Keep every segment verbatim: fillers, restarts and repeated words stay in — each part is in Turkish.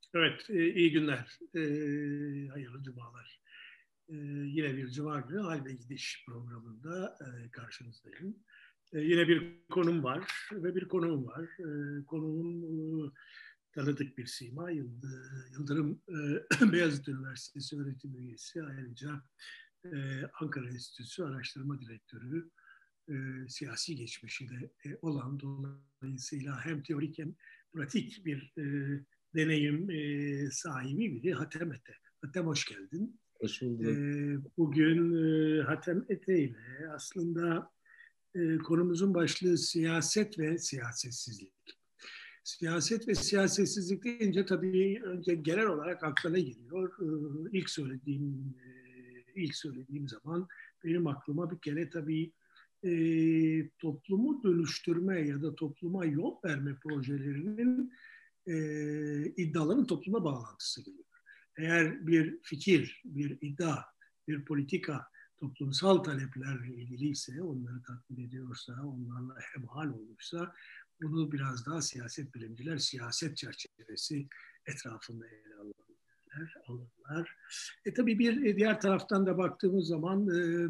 Evet, e, iyi günler, e, hayırlı cumalar. E, yine bir cuma günü Hal ve Gidiş programında e, karşınızdayım. E, yine bir konum var ve bir konuğum var. E, konuğum e, tanıdık bir sima, Yıldırım e, Beyazıt Üniversitesi öğretim üyesi, ayrıca e, Ankara Enstitüsü Araştırma Direktörü, e, siyasi geçmişi de e, olan, dolayısıyla hem teorik hem pratik bir e, deneyim e, sahibi biri Hatem Ete. Hatem, hoş geldin. Hoş E, bulduk. bugün e, Hatem Ete ile aslında e, konumuzun başlığı siyaset ve siyasetsizlik. Siyaset ve siyasetsizlik deyince tabii önce genel olarak aklına geliyor. E, ilk söylediğim e, ilk söylediğim zaman benim aklıma bir kere tabii e, toplumu dönüştürme ya da topluma yol verme projelerinin e, iddiaların topluma bağlantısı geliyor. Eğer bir fikir, bir iddia, bir politika toplumsal taleplerle ilgiliyse, onları tatmin ediyorsa, onlarla hemhal olursa, bunu biraz daha siyaset bilimciler siyaset çerçevesi etrafında ele alırlar. alırlar. E tabii bir diğer taraftan da baktığımız zaman e,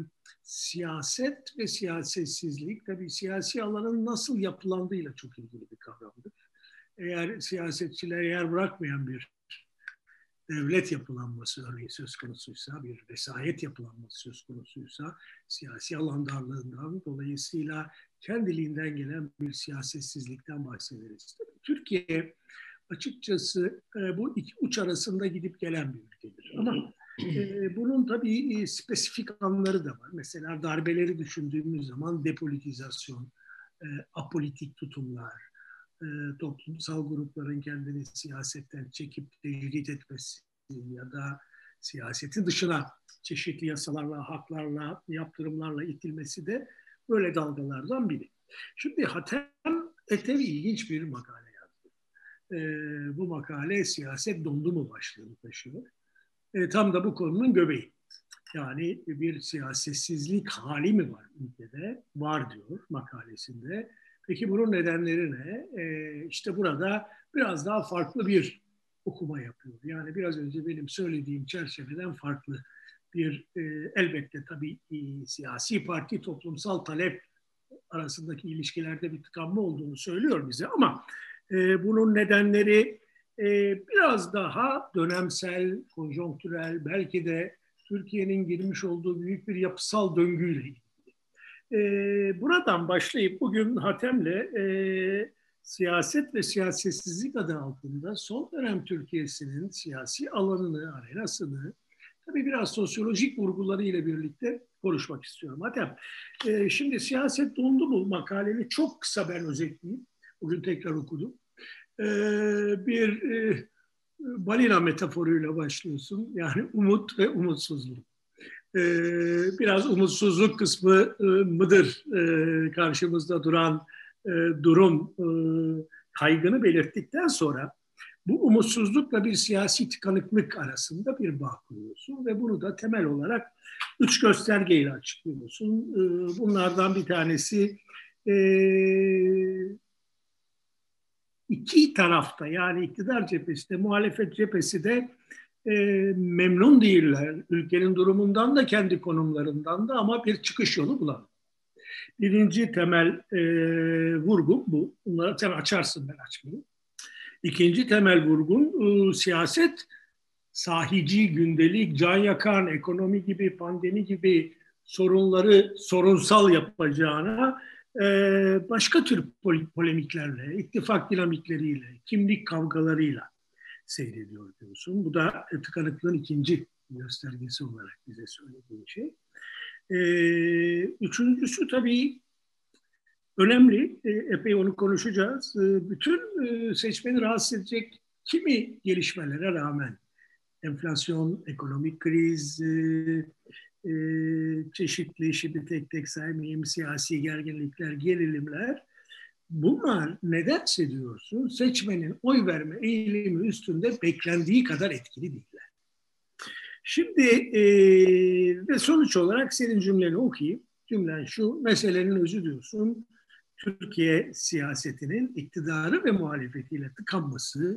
siyaset ve siyasetsizlik tabii siyasi alanın nasıl yapılandığıyla çok ilgili bir kavramdır. Eğer siyasetçiler yer bırakmayan bir devlet yapılanması örneğin söz konusuysa, bir vesayet yapılanması söz konusuysa, siyasi alan darlığından dolayısıyla kendiliğinden gelen bir siyasetsizlikten bahsederiz. Türkiye açıkçası e, bu iki uç arasında gidip gelen bir ülkedir. Ama e, bunun tabii e, spesifik anları da var. Mesela darbeleri düşündüğümüz zaman depolitizasyon, e, apolitik tutumlar, e, toplumsal grupların kendini siyasetten çekip tecrit etmesi ya da siyasetin dışına çeşitli yasalarla, haklarla, yaptırımlarla itilmesi de böyle dalgalardan biri. Şimdi Hatem Etevi ilginç bir makale yazdı. E, bu makale siyaset dondu mu başlığını taşıyor. E, tam da bu konunun göbeği. Yani bir siyasetsizlik hali mi var ülkede? Var diyor makalesinde. Peki bunun nedenleri ne? Ee, işte burada biraz daha farklı bir okuma yapıyor. Yani biraz önce benim söylediğim çerçeveden farklı bir e, elbette tabii e, siyasi parti toplumsal talep arasındaki ilişkilerde bir tıkanma olduğunu söylüyor bize ama e, bunun nedenleri e, biraz daha dönemsel, konjonktürel, belki de Türkiye'nin girmiş olduğu büyük bir yapısal döngüyle ilgili. E, buradan başlayıp bugün Hatem'le e, siyaset ve siyasetsizlik adı altında son dönem Türkiye'sinin siyasi alanını, arenasını, tabii biraz sosyolojik vurguları ile birlikte konuşmak istiyorum. Hatem, e, şimdi siyaset dondu mu makaleni çok kısa ben özetleyeyim. Bugün tekrar okudum. E, bir e, balina metaforuyla başlıyorsun. Yani umut ve umutsuzluk. E, biraz umutsuzluk kısmı e, mıdır e, karşımızda duran e, durum e, kaygını belirttikten sonra bu umutsuzlukla bir siyasi tıkanıklık arasında bir bağ kuruyorsun ve bunu da temel olarak üç göstergeyle açıklıyorsun. Bunlardan bir tanesi iki tarafta yani iktidar cephesi de muhalefet cephesi de memnun değiller. Ülkenin durumundan da kendi konumlarından da ama bir çıkış yolu bulalım. Birinci temel vurgu bu. Bunları sen açarsın, ben açmayayım. İkinci temel vurgun e, siyaset sahici, gündelik, can yakan, ekonomi gibi, pandemi gibi sorunları sorunsal yapacağına e, başka tür polemiklerle, ittifak dinamikleriyle, kimlik kavgalarıyla seyrediyor diyorsun. Bu da tıkanıklığın ikinci göstergesi olarak bize söylediğin şey. E, üçüncüsü tabii önemli, e, epey onu konuşacağız. E, bütün e, seçmeni rahatsız edecek kimi gelişmelere rağmen, enflasyon, ekonomik kriz, e, e, çeşitli, şimdi tek tek saymayayım, siyasi gerginlikler, gerilimler, bunlar nedense diyorsun seçmenin oy verme eğilimi üstünde beklendiği kadar etkili değiller. Şimdi e, ve sonuç olarak senin cümleni okuyayım. Cümlen şu: meselenin özü diyorsun, Türkiye siyasetinin iktidarı ve muhalefetiyle tıkanması,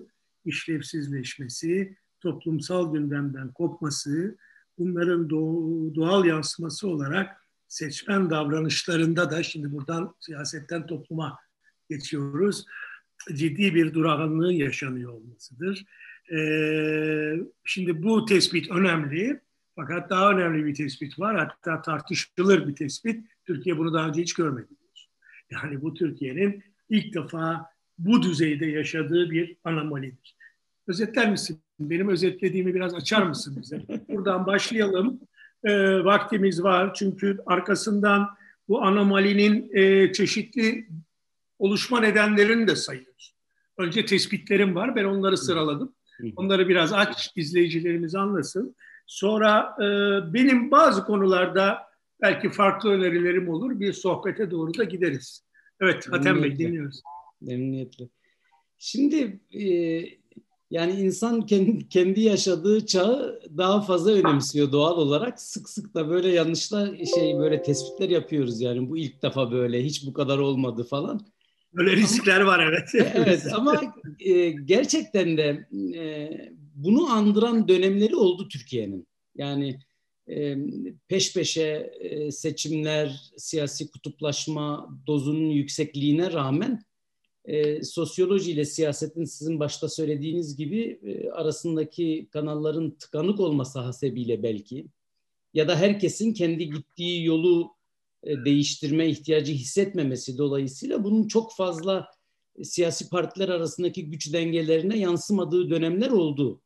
işlevsizleşmesi, toplumsal gündemden kopması, bunların doğal yansıması olarak seçmen davranışlarında da, şimdi buradan siyasetten topluma geçiyoruz, ciddi bir durağanlığın yaşanıyor olmasıdır. Ee, şimdi bu tespit önemli. Fakat daha önemli bir tespit var. Hatta tartışılır bir tespit. Türkiye bunu daha önce hiç görmedi. Yani bu Türkiye'nin ilk defa bu düzeyde yaşadığı bir anomalidir. Özetler misin? Benim özetlediğimi biraz açar mısın bize? Buradan başlayalım. E, vaktimiz var. Çünkü arkasından bu anomalinin e, çeşitli oluşma nedenlerini de sayıyoruz. Önce tespitlerim var. Ben onları sıraladım. Onları biraz aç, izleyicilerimiz anlasın. Sonra e, benim bazı konularda belki farklı önerilerim olur. Bir sohbete doğru da gideriz. Evet, Hatem Bey, dinliyoruz. Memnuniyetle. Şimdi e, yani insan kendi, kendi yaşadığı çağı daha fazla önemsiyor doğal olarak. Sık sık da böyle yanlışlar, şey böyle tespitler yapıyoruz. Yani bu ilk defa böyle, hiç bu kadar olmadı falan. Böyle riskler ama, var evet. Evet ama e, gerçekten de e, bunu andıran dönemleri oldu Türkiye'nin. Yani e, peş peşe e, seçimler, siyasi kutuplaşma dozunun yüksekliğine rağmen e, sosyoloji ile siyasetin sizin başta söylediğiniz gibi e, arasındaki kanalların tıkanık olması hasebiyle belki, ya da herkesin kendi gittiği yolu e, değiştirme ihtiyacı hissetmemesi dolayısıyla bunun çok fazla e, siyasi partiler arasındaki güç dengelerine yansımadığı dönemler oldu.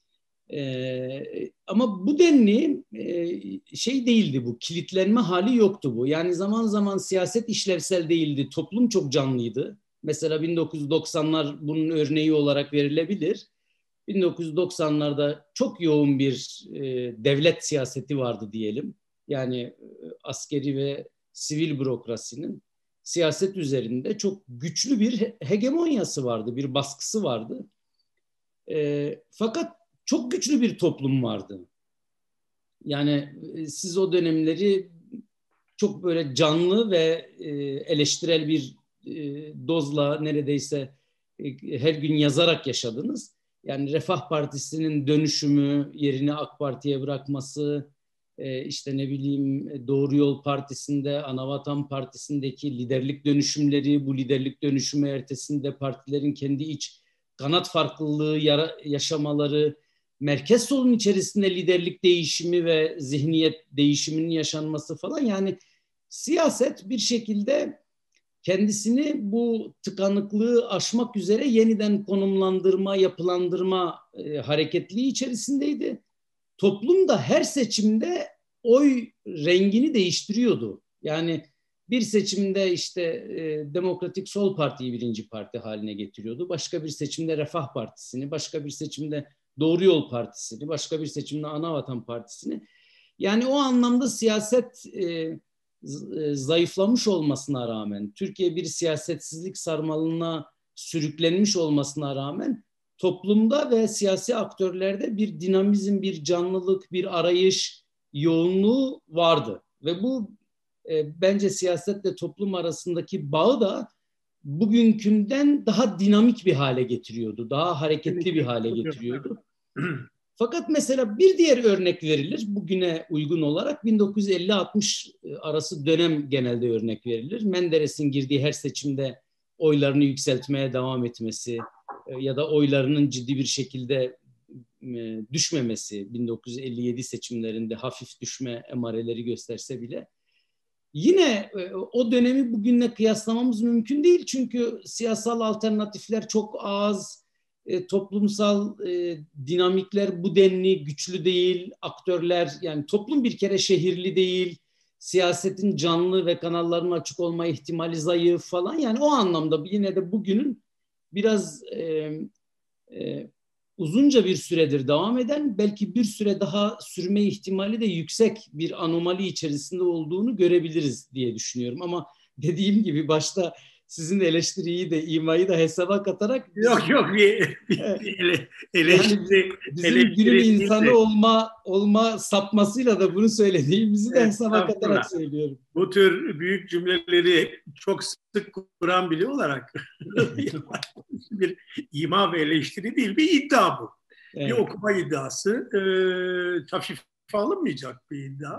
Ee, ama bu denli e, şey değildi bu, kilitlenme hali yoktu bu. Yani zaman zaman siyaset işlevsel değildi, toplum çok canlıydı. Mesela bin dokuz yüz doksanlar bunun örneği olarak verilebilir. bin dokuz yüz doksanlarda çok yoğun bir e, devlet siyaseti vardı diyelim. Yani e, askeri ve sivil bürokrasinin siyaset üzerinde çok güçlü bir hegemonyası vardı, bir baskısı vardı. E, fakat çok güçlü bir toplum vardı. Yani siz o dönemleri çok böyle canlı ve eleştirel bir dozla neredeyse her gün yazarak yaşadınız. Yani Refah Partisi'nin dönüşümü, yerini AK Parti'ye bırakması, işte ne bileyim Doğru Yol Partisi'nde, Anavatan Partisi'ndeki liderlik dönüşümleri, bu liderlik dönüşümü ertesinde partilerin kendi iç kanat farklılığı yaşamaları, merkez solun içerisinde liderlik değişimi ve zihniyet değişiminin yaşanması falan, yani siyaset bir şekilde kendisini bu tıkanıklığı aşmak üzere yeniden konumlandırma, yapılandırma e, hareketliği içerisindeydi. Toplum da her seçimde oy rengini değiştiriyordu. Yani bir seçimde işte e, Demokratik Sol Parti'yi birinci parti haline getiriyordu. Başka bir seçimde Refah Partisi'ni, başka bir seçimde Doğru Yol Partisi'ni, başka bir seçimde Anavatan Partisi'ni. Yani o anlamda siyaset e, zayıflamış olmasına rağmen, Türkiye bir siyasetsizlik sarmalına sürüklenmiş olmasına rağmen toplumda ve siyasi aktörlerde bir dinamizm, bir canlılık, bir arayış yoğunluğu vardı. Ve bu e, bence siyasetle toplum arasındaki bağı da bugünkünden daha dinamik bir hale getiriyordu. Daha hareketli bir hale getiriyordu. Fakat mesela bir diğer örnek verilir. Bugüne uygun olarak bin dokuz yüz elli altmış arası dönem genelde örnek verilir. Menderes'in girdiği her seçimde oylarını yükseltmeye devam etmesi ya da oylarının ciddi bir şekilde düşmemesi, bin dokuz yüz elli yedi seçimlerinde hafif düşme emareleri gösterse bile, yine o dönemi bugünle kıyaslamamız mümkün değil. Çünkü siyasal alternatifler çok az, e, toplumsal e, dinamikler bu denli güçlü değil, aktörler, yani toplum bir kere şehirli değil, siyasetin canlı ve kanalların açık olma ihtimali zayıf falan. Yani o anlamda yine de bugünün biraz e, e, uzunca bir süredir devam eden, belki bir süre daha sürme ihtimali de yüksek bir anomali içerisinde olduğunu görebiliriz diye düşünüyorum. Ama dediğim gibi başta sizin eleştiriyi de imayı da hesaba katarak bizim, yok yok bir, bir, bir ele, eleştiri, yani bizim eleştiri günün insanı de. olma olma sapmasıyla da bunu söylediğimizi de hesaba katarak söylüyorum. Bu tür büyük cümleleri çok sık kuran biri olarak için bir ima ve eleştiri değil, bir iddia bu. Evet. Bir okuma iddiası, e, hafife alınmayacak bir iddia.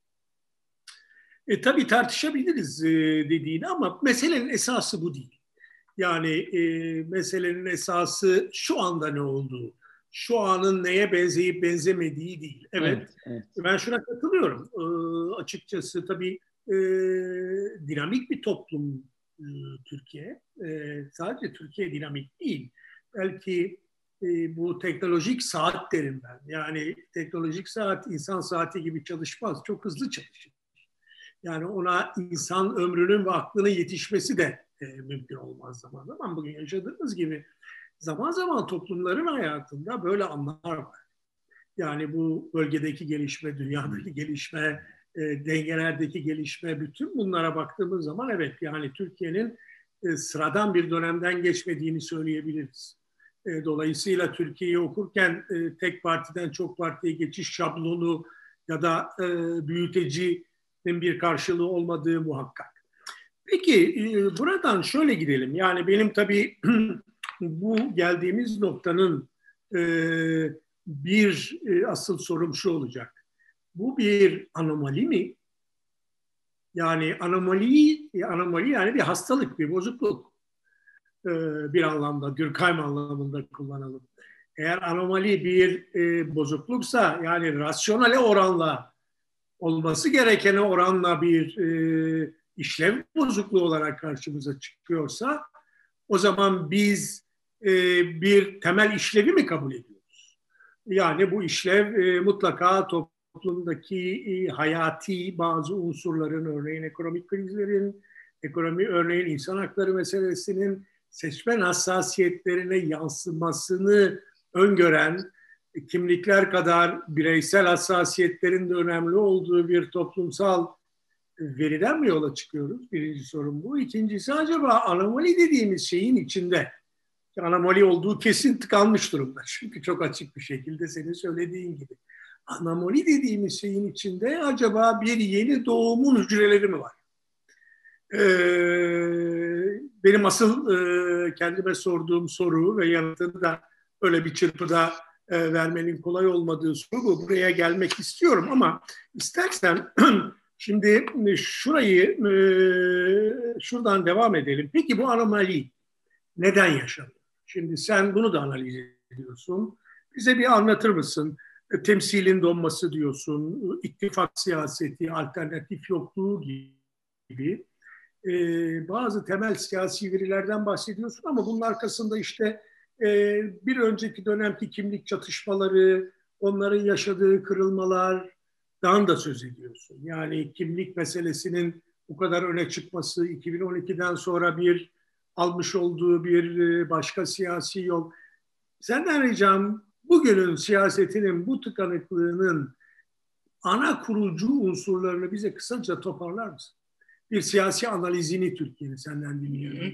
E, tabii tartışabiliriz e, dediğini ama meselenin esası bu değil. Yani e, meselenin esası şu anda ne olduğu, şu anın neye benzeyip benzemediği değil. Evet, evet, evet. Ben şuna katılıyorum. E, açıkçası tabii e, dinamik bir toplum e, Türkiye. E, sadece Türkiye dinamik değil. Belki e, bu teknolojik saat derim ben. Yani teknolojik saat insan saati gibi çalışmaz. Çok hızlı çalışır. Yani ona insan ömrünün ve aklının yetişmesi de e, mümkün olmaz zaman zaman. Bugün yaşadığımız gibi zaman zaman toplumların hayatında böyle anlar var. Yani bu bölgedeki gelişme, dünyadaki gelişme, e, dengelerdeki gelişme, bütün bunlara baktığımız zaman evet yani Türkiye'nin e, sıradan bir dönemden geçmediğini söyleyebiliriz. E, dolayısıyla Türkiye'yi okurken e, tek partiden çok partiye geçiş şablonu ya da e, büyüteci bir karşılığı olmadığı muhakkak. Peki buradan şöyle gidelim. Yani benim tabii bu geldiğimiz noktanın bir asıl sorum şu olacak. Bu bir anomali mi? Yani anomali, anomali yani bir hastalık, bir bozukluk. Bir anlamda, Durkheim anlamında kullanalım. Eğer anomali bir bozukluksa yani rasyonale oranla olması gerekene oranla bir e, işlev bozukluğu olarak karşımıza çıkıyorsa o zaman biz e, bir temel işlevi mi kabul ediyoruz? Yani bu işlev e, mutlaka toplumdaki e, hayati bazı unsurların, örneğin ekonomik krizlerin, ekonomi örneğin insan hakları meselesinin seçmen hassasiyetlerine yansımasını öngören, kimlikler kadar bireysel hassasiyetlerin de önemli olduğu bir toplumsal veriden mi yola çıkıyoruz? Birinci sorun bu. İkincisi acaba anomali dediğimiz şeyin içinde, anomali olduğu kesin tıkanmış durumda. Çünkü çok açık bir şekilde senin söylediğin gibi. Anomali dediğimiz şeyin içinde acaba bir yeni doğumun hücreleri mi var? Ee, benim asıl e, kendime sorduğum soru ve yanıtını da öyle bir çırpıda e, vermenin kolay olmadığı soru bu. Buraya gelmek istiyorum ama istersen şimdi şurayı e, şuradan devam edelim. Peki bu anomali neden yaşanıyor? Şimdi sen bunu da analiz ediyorsun. Bize bir anlatır mısın? E, temsilin donması diyorsun, ittifak siyaseti, alternatif yokluğu gibi e, bazı temel siyasi verilerden bahsediyorsun ama bunun arkasında işte e, bir önceki dönemki kimlik çatışmaları, onların yaşadığı kırılmalardan da söz ediyorsun. Yani kimlik meselesinin bu kadar öne çıkması, iki bin on ikiden sonra bir almış olduğu bir başka siyasi yol. Senden ricam bugünün siyasetinin bu tıkanıklığının ana kurucu unsurlarını bize kısaca toparlar mısın? Bir siyasi analizini Türkiye'nin senden dinliyorum.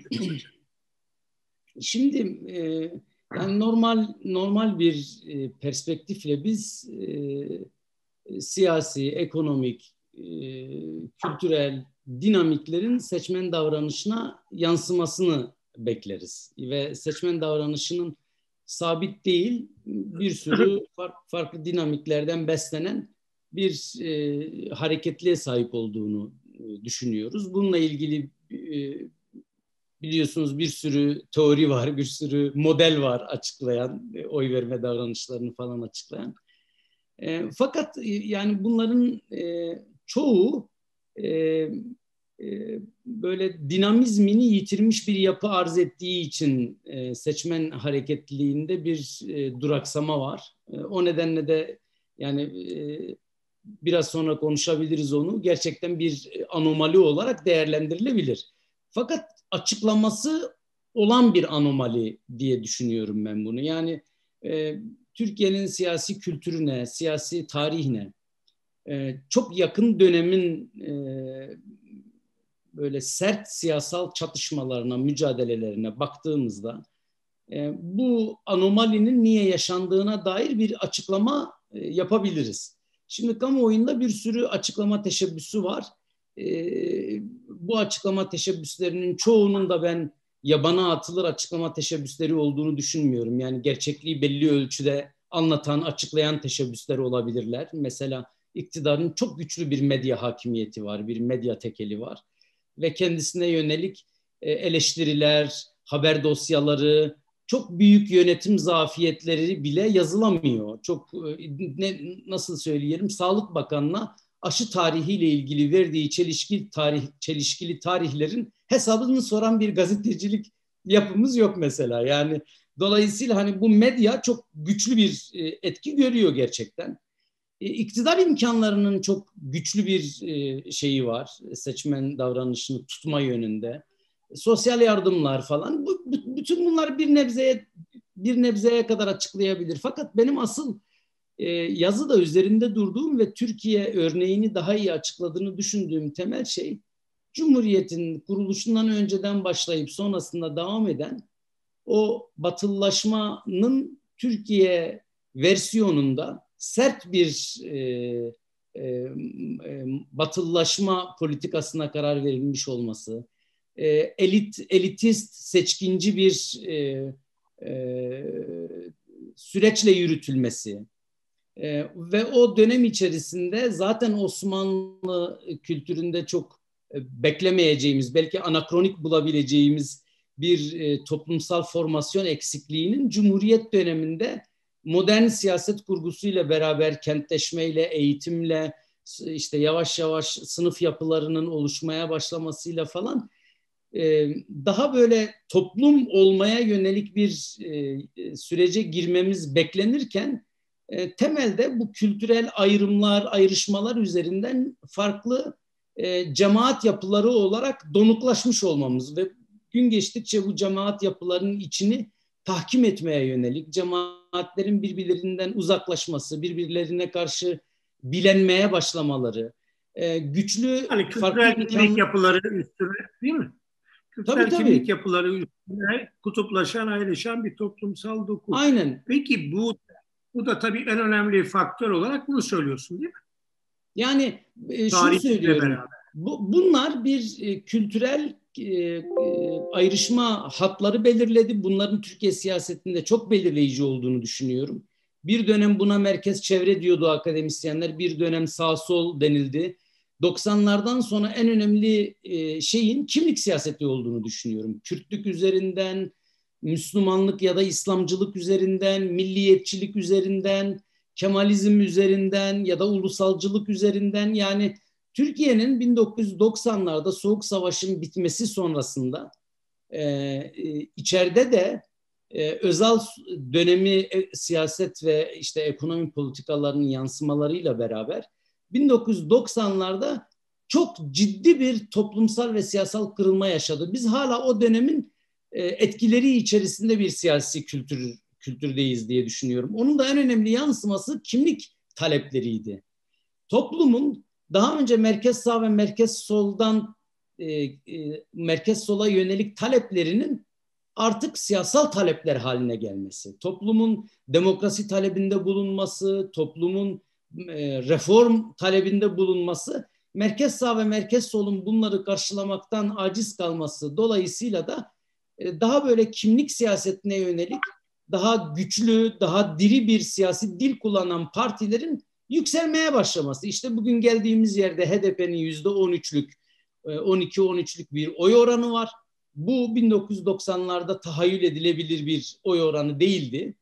Şimdi e, yani normal normal bir e, perspektifle biz e, siyasi, ekonomik, e, kültürel dinamiklerin seçmen davranışına yansımasını bekleriz ve seçmen davranışının sabit değil, bir sürü farklı, farklı dinamiklerden beslenen bir e, hareketliğe sahip olduğunu düşünüyoruz. Bununla ilgili e, biliyorsunuz bir sürü teori var, bir sürü model var açıklayan, e, oy verme davranışlarını falan açıklayan. E, fakat e, yani bunların e, çoğu e, e, böyle dinamizmini yitirmiş bir yapı arz ettiği için e, seçmen hareketliliğinde bir e, duraksama var. E, o nedenle de yani e, biraz sonra konuşabiliriz onu. Gerçekten bir anomali olarak değerlendirilebilir. Fakat açıklaması olan bir anomali diye düşünüyorum ben bunu. Yani e, Türkiye'nin siyasi kültürüne, siyasi tarihine e, çok yakın dönemin e, böyle sert siyasal çatışmalarına, mücadelelerine baktığımızda e, bu anomalinin niye yaşandığına dair bir açıklama e, yapabiliriz. Şimdi kamuoyunda bir sürü açıklama teşebbüsü var. E, bu açıklama teşebbüslerinin çoğunun da ben yabana atılır açıklama teşebbüsleri olduğunu düşünmüyorum. Yani gerçekliği belli ölçüde anlatan, açıklayan teşebbüsler olabilirler. Mesela iktidarın çok güçlü bir medya hakimiyeti var, bir medya tekeli var ve kendisine yönelik eleştiriler, haber dosyaları, çok büyük yönetim zafiyetleri bile yazılamıyor. Çok ne, nasıl söyleyelim, Sağlık Bakanı'na aşı tarihiyle ilgili verdiği çelişkili tarih çelişkili tarihlerin hesabını soran bir gazetecilik yapımız yok mesela. Yani dolayısıyla hani bu medya çok güçlü bir etki görüyor gerçekten. İktidar imkanlarının çok güçlü bir şeyi var, seçmen davranışını tutma yönünde. Sosyal yardımlar falan, bu, bütün bunlar bir nebzeye bir nebzeye kadar açıklayabilir. Fakat benim asıl e, yazıda üzerinde durduğum ve Türkiye örneğini daha iyi açıkladığını düşündüğüm temel şey, Cumhuriyet'in kuruluşundan önceden başlayıp sonrasında devam eden o batılılaşmanın Türkiye versiyonunda sert bir e, e, e, batılılaşma politikasına karar verilmiş olması, e, elit elitist, seçkinci bir e, e, süreçle yürütülmesi e, ve o dönem içerisinde zaten Osmanlı kültüründe çok e, beklemeyeceğimiz, belki anakronik bulabileceğimiz bir e, toplumsal formasyon eksikliğinin Cumhuriyet döneminde modern siyaset kurgusuyla beraber kentleşmeyle, eğitimle, işte yavaş yavaş sınıf yapılarının oluşmaya başlamasıyla falan e, daha böyle toplum olmaya yönelik bir e, sürece girmemiz beklenirken e, temelde bu kültürel ayrımlar, ayrışmalar üzerinden farklı e, cemaat yapıları olarak donuklaşmış olmamız ve gün geçtikçe bu cemaat yapılarının içini tahkim etmeye yönelik, cemaatlerin birbirlerinden uzaklaşması, birbirlerine karşı bilenmeye başlamaları, e, güçlü hani farklı kültürel kimlik imkan... yapıları üstüne, değil mi? Tabii Kültürel kimlik tabii. yapıları üstüne kutuplaşan, ayrışan bir toplumsal doku. Aynen. Peki bu bu da tabii en önemli faktör olarak bunu söylüyorsun, değil mi? Yani e, şunu Tarihiyle söylüyorum. beraber. Bu, bunlar bir e, kültürel e, e, ayrışma hatları belirledi. Bunların Türkiye siyasetinde çok belirleyici olduğunu düşünüyorum. Bir dönem buna merkez çevre diyordu akademisyenler. Bir dönem sağ sol denildi. doksanlardan sonra en önemli e, şeyin kimlik siyaseti olduğunu düşünüyorum. Kürtlük üzerinden, Müslümanlık ya da İslamcılık üzerinden, milliyetçilik üzerinden, Kemalizm üzerinden ya da ulusalcılık üzerinden, yani Türkiye'nin bin dokuz yüz doksanlarda Soğuk Savaş'ın bitmesi sonrasında e, e, içeride de e, Özal dönemi e, siyaset ve işte ekonomi politikalarının yansımalarıyla beraber bin dokuz yüz doksanlarda çok ciddi bir toplumsal ve siyasal kırılma yaşadı. Biz hala o dönemin e, etkileri içerisinde bir siyasi kültür kültürdeyiz diye düşünüyorum. Onun da en önemli yansıması kimlik talepleriydi. Toplumun daha önce merkez sağ ve merkez soldan e, e, merkez sola yönelik taleplerinin artık siyasal talepler haline gelmesi, toplumun demokrasi talebinde bulunması, toplumun e, reform talebinde bulunması, merkez sağ ve merkez solun bunları karşılamaktan aciz kalması dolayısıyla da e, daha böyle kimlik siyasetine yönelik daha güçlü, daha diri bir siyasi dil kullanan partilerin yükselmeye başlaması. İşte bugün geldiğimiz yerde H D P'nin yüzde on üçlük, on iki on üçlük bir oy oranı var. Bu bin dokuz yüz doksanlarda tahayyül edilebilir bir oy oranı değildi.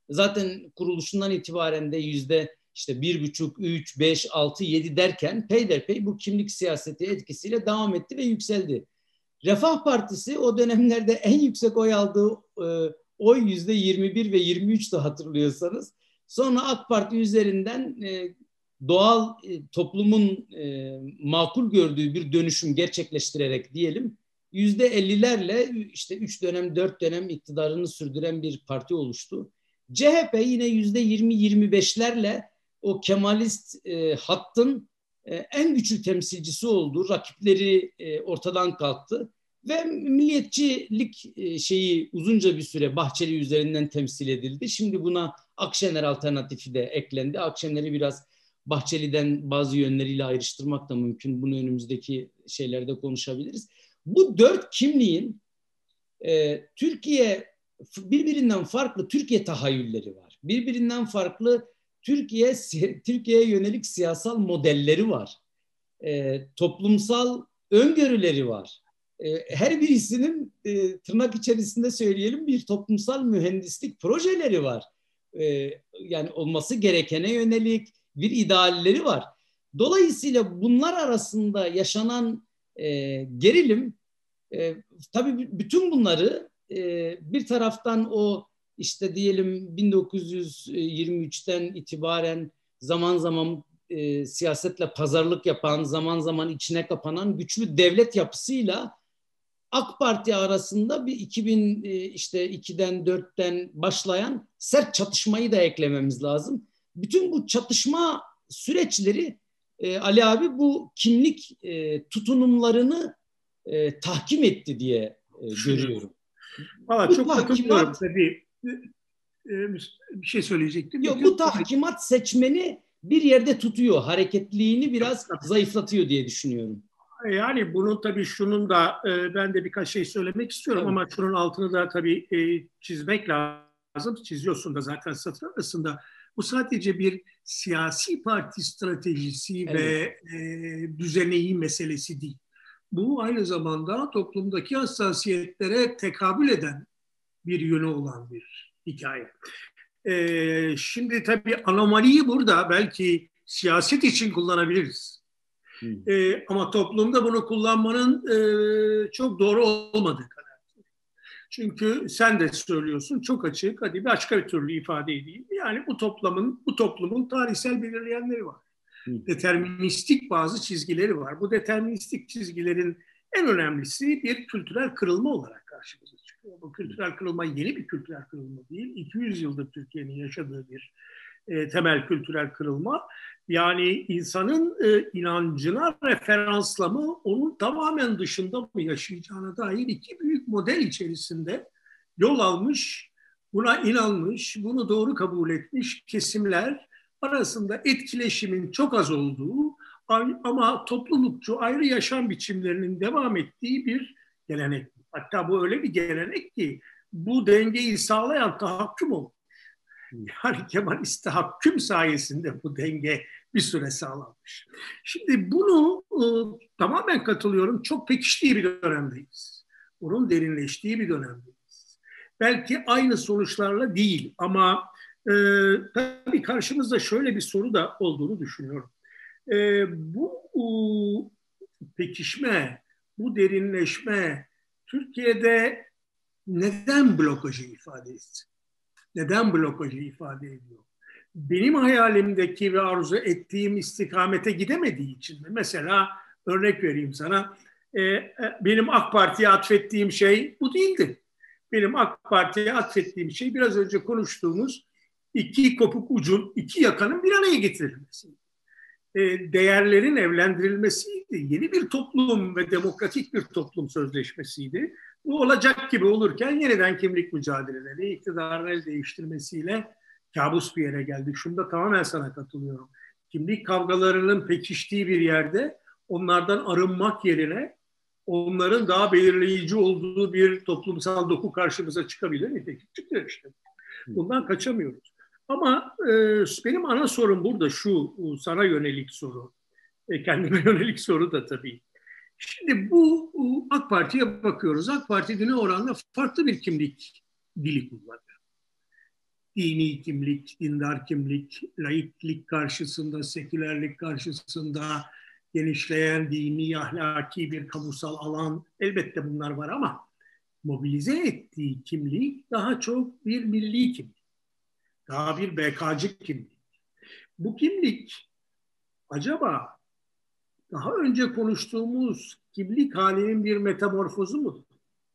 Zaten kuruluşundan itibaren de yüzde işte bir buçuk, üç, beş, altı, yedi derken peyderpey bu kimlik siyaseti etkisiyle devam etti ve yükseldi. Refah Partisi o dönemlerde en yüksek oy aldığı e, oy yüzde yirmi bir ve yirmi üçtü hatırlıyorsanız. Sonra AK Parti üzerinden e, doğal e, toplumun e, makul gördüğü bir dönüşüm gerçekleştirerek diyelim yüzde ellilerle işte üç dönem dört dönem iktidarını sürdüren bir parti oluştu. C H P yine yüzde yirmi yirmi beşlerle o Kemalist e, hattın e, en güçlü temsilcisi oldu. Rakipleri e, ortadan kalktı ve milliyetçilik e, şeyi uzunca bir süre Bahçeli üzerinden temsil edildi. Şimdi buna Akşener alternatifi de eklendi. Akşener'i biraz Bahçeli'den bazı yönleriyle ayrıştırmak da mümkün. Bunu önümüzdeki şeylerde konuşabiliriz. Bu dört kimliğin e, Türkiye birbirinden farklı Türkiye tahayyülleri var. Birbirinden farklı Türkiye Türkiye'ye yönelik siyasal modelleri var. E, toplumsal öngörüleri var. E, her birisinin e, tırnak içerisinde söyleyelim bir toplumsal mühendislik projeleri var. E, yani olması gerekene yönelik bir idealleri var. Dolayısıyla bunlar arasında yaşanan e, gerilim e, tabii bütün bunları e, bir taraftan o işte diyelim bin dokuz yüz yirmi üçten itibaren zaman zaman e, siyasetle pazarlık yapan, zaman zaman içine kapanan güçlü devlet yapısıyla AK Parti arasında bir iki bin e, işte ikiden dörtten başlayan sert çatışmayı da eklememiz lazım. Bütün bu çatışma süreçleri e, Ali abi bu kimlik e, tutunumlarını e, tahkim etti diye e, görüyorum. Valla çok tahkimat tabii. Bir şey söyleyecektim. Yok, bu tahkimat seçmeni bir yerde tutuyor. Hareketliğini biraz zayıflatıyor diye düşünüyorum. Yani bunun tabii şunun da e, ben de birkaç şey söylemek istiyorum, evet. Ama şunun altını da tabii e, çizmek lazım. Çiziyorsun da zaten satır arasında. Bu sadece bir siyasi parti stratejisi, evet. Ve e, düzeneği meselesi değil. Bu aynı zamanda toplumdaki hassasiyetlere tekabül eden bir yönü olan bir hikaye. E, şimdi tabii anomaliyi burada belki siyaset için kullanabiliriz. Hmm. E, ama toplumda bunu kullanmanın e, çok doğru olmadığı kadar. Çünkü sen de söylüyorsun çok açık. Hadi başka bir türlü ifade edeyim. Yani bu toplumun bu toplumun tarihsel belirleyenleri var. Hmm. Deterministik bazı çizgileri var. Bu deterministik çizgilerin en önemlisi bir kültürel kırılma olarak karşımıza çıkıyor. Bu kültürel kırılma yeni bir kültürel kırılma değil. iki yüz yıldır Türkiye'nin yaşadığı bir e, temel kültürel kırılma. Yani insanın e, inancına referansla mı, onun tamamen dışında mı yaşayacağına dair iki büyük model içerisinde yol almış, buna inanmış, bunu doğru kabul etmiş kesimler arasında etkileşimin çok az olduğu ama toplulukçu ayrı yaşam biçimlerinin devam ettiği bir gelenek. Hatta bu öyle bir gelenek ki bu dengeyi sağlayan tahakküm olmuş. Yani Kemalist tahakküm sayesinde bu denge bir süre sağlanmış. Şimdi bunu e, tamamen katılıyorum. Çok pekiştiği bir dönemdeyiz. Bunun derinleştiği bir dönemdeyiz. Belki aynı sonuçlarla değil ama e, tabii karşımızda şöyle bir soru da olduğunu düşünüyorum. E, bu e, pekişme, bu derinleşme Türkiye'de neden blokajı ifade etsin? Neden blokajı ifade ediyor? Benim hayalimdeki ve arzu ettiğim istikamete gidemediği için mi? Mesela örnek vereyim sana. E, benim AK Parti'ye atfettiğim şey bu değildi. Benim AK Parti'ye atfettiğim şey biraz önce konuştuğumuz iki kopuk ucun, iki yakanın bir araya getirilmesiydi. E, değerlerin evlendirilmesiydi. Yeni bir toplum ve demokratik bir toplum sözleşmesiydi. Bu olacak gibi olurken yeniden kimlik mücadeleleri, iktidarın el değiştirmesiyle kabus bir yere geldik. Şunda tamamen sana katılıyorum. Kimlik kavgalarının pekiştiği bir yerde onlardan arınmak yerine onların daha belirleyici olduğu bir toplumsal doku karşımıza çıkabilir. Nitekim çıkıyor işte. Bundan kaçamıyoruz. Ama e, benim ana sorum burada şu, sana yönelik soru. E, kendime yönelik soru da tabii. Şimdi bu AK Parti'ye bakıyoruz. AK Parti düne oranla farklı bir kimlik dili kullanıyor. Dini kimlik, dindar kimlik, laiklik karşısında, sekülerlik karşısında genişleyen dini, ahlaki bir kamusal alan. Elbette bunlar var ama mobilize ettiği kimlik daha çok bir milli kimlik. Daha bir B K'cı kimlik. Bu kimlik acaba daha önce konuştuğumuz kimlik halinin bir metamorfozu mudur?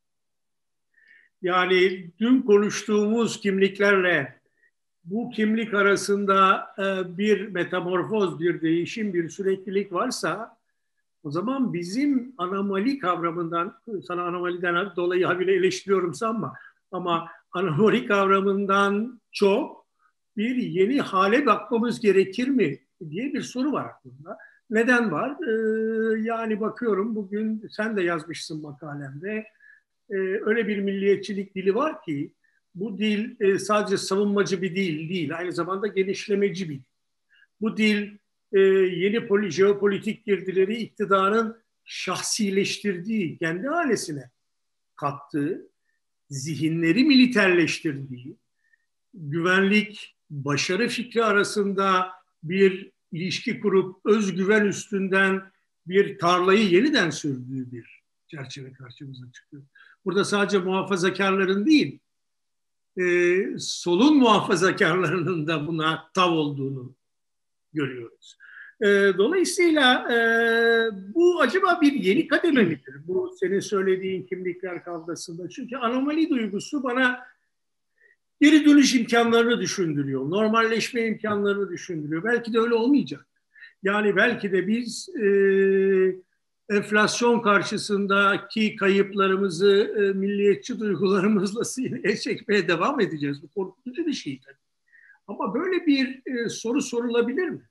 Yani dün konuştuğumuz kimliklerle bu kimlik arasında bir metamorfoz, bir değişim, bir süreklilik varsa o zaman bizim anomali kavramından, sana anomaliden dolayı habire eleştiriyorum sanma ama anomali kavramından çok bir yeni hale bakmamız gerekir mi diye bir soru var aklımda. Neden var? Ee, yani bakıyorum bugün sen de yazmışsın makalende. e, öyle bir milliyetçilik dili var ki bu dil e, sadece savunmacı bir dil değil, aynı zamanda genişlemeci bir dil. Bu dil e, yeni poli, jeopolitik girdileri iktidarın şahsileştirdiği, kendi ailesine kattığı, zihinleri militerleştirdiği, güvenlik, başarı fikri arasında bir ilişki kurup özgüven üstünden bir tarlayı yeniden sürdüğü bir çerçeve karşımıza çıkıyor. Burada sadece muhafazakarların değil, e, solun muhafazakarlarının da buna tav olduğunu görüyoruz. E, dolayısıyla e, bu acaba bir yeni kademe midir? Bu senin söylediğin kimlikler kavgasında. Çünkü anomali duygusu bana geri dönüş imkanlarını düşündürüyor. Normalleşme imkanlarını düşündürüyor. Belki de öyle olmayacak. Yani belki de biz e, enflasyon karşısındaki kayıplarımızı e, milliyetçi duygularımızla sineye çekmeye devam edeceğiz. Bu korkutucu bir şey tabii. Ama böyle bir e, soru sorulabilir mi?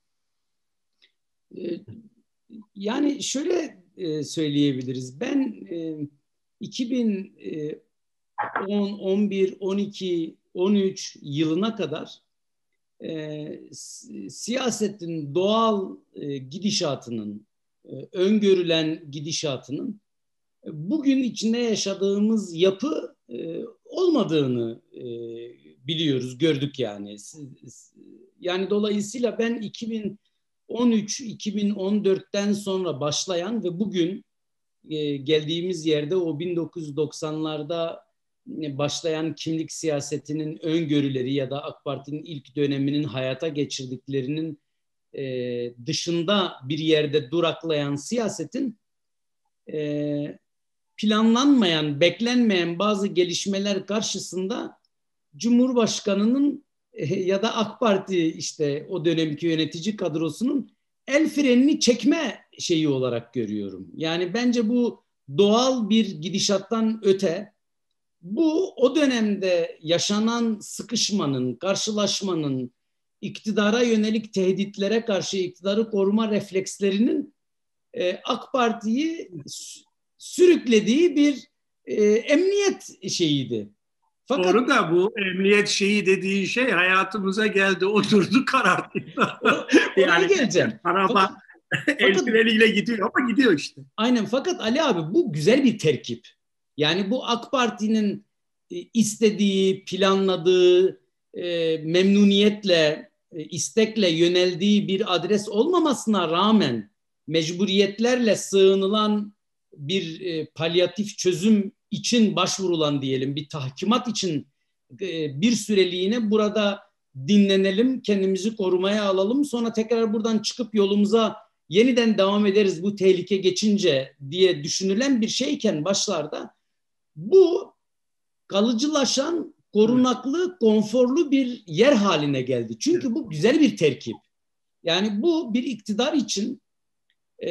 Yani şöyle e, söyleyebiliriz. Ben e, iki bin on, on bir, on iki, on üç yılına kadar e, siyasetin doğal e, gidişatının, e, öngörülen gidişatının e, bugün içinde yaşadığımız yapı e, olmadığını e, biliyoruz, gördük yani. Yani dolayısıyla ben iki bin on üç iki bin on dörtten sonra başlayan ve bugün e, geldiğimiz yerde o bin dokuz yüz doksanlarda başlayan kimlik siyasetinin öngörüleri ya da AK Parti'nin ilk döneminin hayata geçirdiklerinin e, dışında bir yerde duraklayan siyasetin e, planlanmayan, beklenmeyen bazı gelişmeler karşısında Cumhurbaşkanı'nın e, ya da AK Parti işte o dönemki yönetici kadrosunun el frenini çekme şeyi olarak görüyorum. Yani bence bu doğal bir gidişattan öte, bu o dönemde yaşanan sıkışmanın, karşılaşmanın, iktidara yönelik tehditlere karşı iktidarı koruma reflekslerinin e, AK Parti'yi sürüklediği bir e, emniyet şeyiydi. Fakat, doğru da bu emniyet şeyi dediğin şey hayatımıza geldi, oturdu, kararttı. Yani geleceğim. Araba el freniyle gidiyor ama gidiyor işte. Aynen, fakat Ali abi bu güzel bir terkip. Yani bu AK Parti'nin istediği, planladığı, e, memnuniyetle, e, istekle yöneldiği bir adres olmamasına rağmen mecburiyetlerle sığınılan bir e, palyatif çözüm için başvurulan diyelim bir tahkimat için e, bir süreliğine burada dinlenelim, kendimizi korumaya alalım, sonra tekrar buradan çıkıp yolumuza yeniden devam ederiz bu tehlike geçince diye düşünülen bir şeyken başlarda bu kalıcılaşan, korunaklı, konforlu bir yer haline geldi. Çünkü bu güzel bir terkip. Yani bu bir iktidar için e,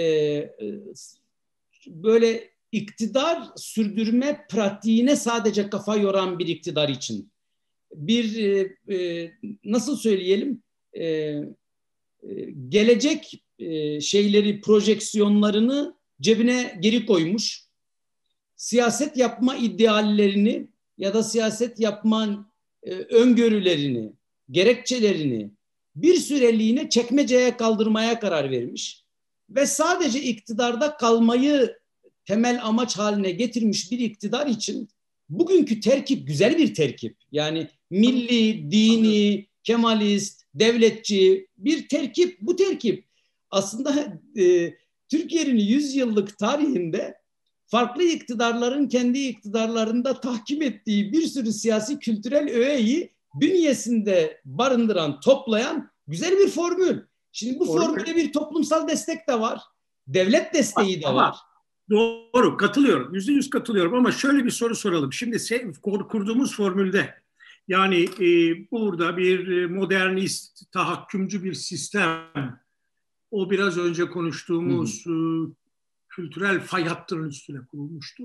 böyle iktidar sürdürme pratiğine sadece kafa yoran bir iktidar için. Bir e, e, nasıl söyleyelim e, e, gelecek e, şeyleri, projeksiyonlarını cebine geri koymuş, siyaset yapma ideallerini ya da siyaset yapma e, öngörülerini, gerekçelerini bir süreliğine çekmeceye kaldırmaya karar vermiş ve sadece iktidarda kalmayı temel amaç haline getirmiş bir iktidar için bugünkü terkip güzel bir terkip. Yani milli, dini, kemalist, devletçi bir terkip. Bu terkip aslında e, Türkiye'nin yüz yıllık tarihinde farklı iktidarların kendi iktidarlarında tahkim ettiği bir sürü siyasi kültürel öğeyi bünyesinde barındıran, toplayan güzel bir formül. Şimdi bu formülde bir toplumsal destek de var. Devlet desteği de var. Doğru, katılıyorum. Yüzde yüz katılıyorum ama şöyle bir soru soralım. Şimdi kurduğumuz formülde yani e, burada bir modernist, tahakkümcü bir sistem, o biraz önce konuştuğumuz hı. kültürel fay hattının üstüne kurulmuştu.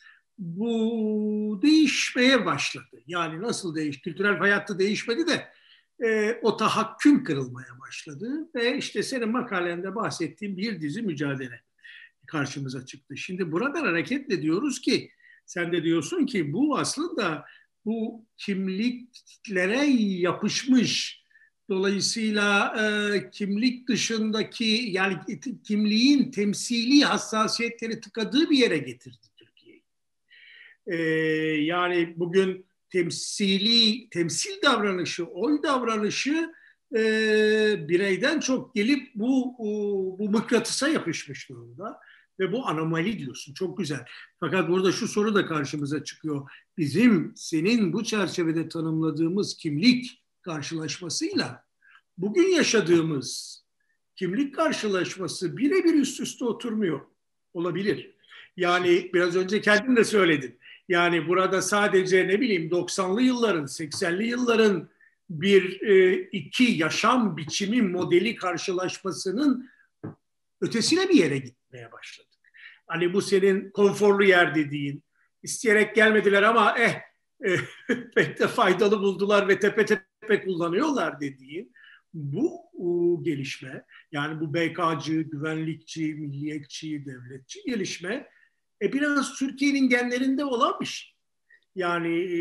Bu değişmeye başladı. Yani nasıl değiş? Kültürel fay hattı değişmedi de e, o tahakküm kırılmaya başladı ve işte senin makalende bahsettiğim bir dizi mücadele karşımıza çıktı. Şimdi buradan hareketle diyoruz ki Sen de diyorsun ki bu aslında bu kimliklere yapışmış. Dolayısıyla e, kimlik dışındaki yani kimliğin temsili hassasiyetleri tıkadığı bir yere getirdi Türkiye'yi. E, yani bugün temsili, temsil davranışı, oy davranışı e, bireyden çok gelip bu, bu mıknatısa yapışmış durumda. Ve bu anomali diyorsun. Çok güzel. Fakat burada şu soru da karşımıza çıkıyor. Bizim senin bu çerçevede tanımladığımız kimlik karşılaşmasıyla bugün yaşadığımız kimlik karşılaşması birebir üst üste oturmuyor. Olabilir. Yani biraz önce kendin de söyledin. Yani burada sadece ne bileyim doksanlı yılların, seksenli yılların bir e, iki yaşam biçimi modeli karşılaşmasının ötesine bir yere gitmeye başladık. Hani bu senin konforlu yer dediğin, isteyerek gelmediler ama eh, eh pek de faydalı buldular ve tepe tepe kullanıyorlar dediğin bu o, gelişme, yani bu B K'cı, güvenlikçi, milliyetçi, devletçi gelişme e, biraz Türkiye'nin genlerinde olan bir şey. Yani e,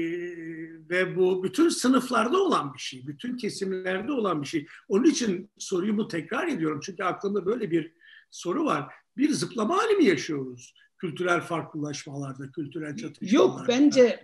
ve bu bütün sınıflarda olan bir şey, bütün kesimlerde olan bir şey. Onun için soruyu tekrar ediyorum. Çünkü aklımda böyle bir soru var. Bir zıplama hali mi yaşıyoruz? Kültürel farklılaşmalarda, kültürel çatışmalarda. Yok bence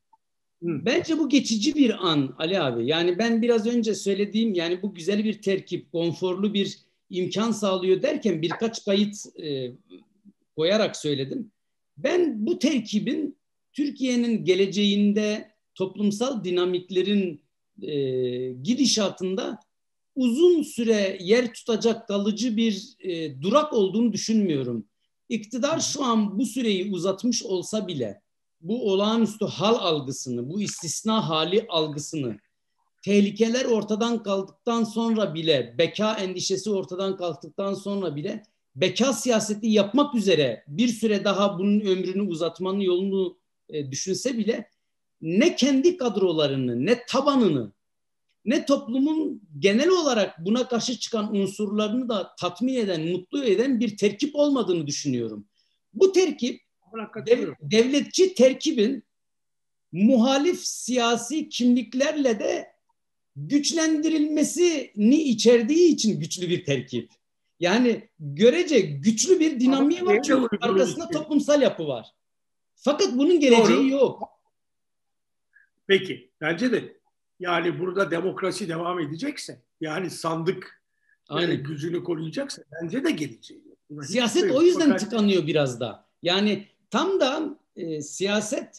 bence bu geçici bir an Ali abi. Yani ben biraz önce söylediğim yani bu güzel bir terkip, konforlu bir imkan sağlıyor derken birkaç kayıt e, koyarak söyledim. Ben bu terkibin Türkiye'nin geleceğinde toplumsal dinamiklerin e, gidişatında uzun süre yer tutacak kalıcı bir e, durak olduğunu düşünmüyorum. İktidar şu an bu süreyi uzatmış olsa bile bu olağanüstü hal algısını, bu istisna hali algısını tehlikeler ortadan kalktıktan sonra bile, beka endişesi ortadan kalktıktan sonra bile beka siyaseti yapmak üzere bir süre daha bunun ömrünü uzatmanın yolunu e, düşünse bile ne kendi kadrolarını, ne tabanını, ne toplumun genel olarak buna karşı çıkan unsurlarını da tatmin eden, mutlu eden bir terkip olmadığını düşünüyorum. Bu terkip dev, devletçi terkibin muhalif siyasi kimliklerle de güçlendirilmesini içerdiği için güçlü bir terkip. Yani görece güçlü bir dinamiği var çünkü arkasında toplumsal yapı var. Fakat bunun geleceği Doğru. yok. Peki, bence de yani burada demokrasi devam edecekse, yani sandık e, gücünü koruyacaksa bence de geleceği yok. Buna siyaset o yüzden Fakat... tıkanıyor biraz da. Yani tam da e, siyaset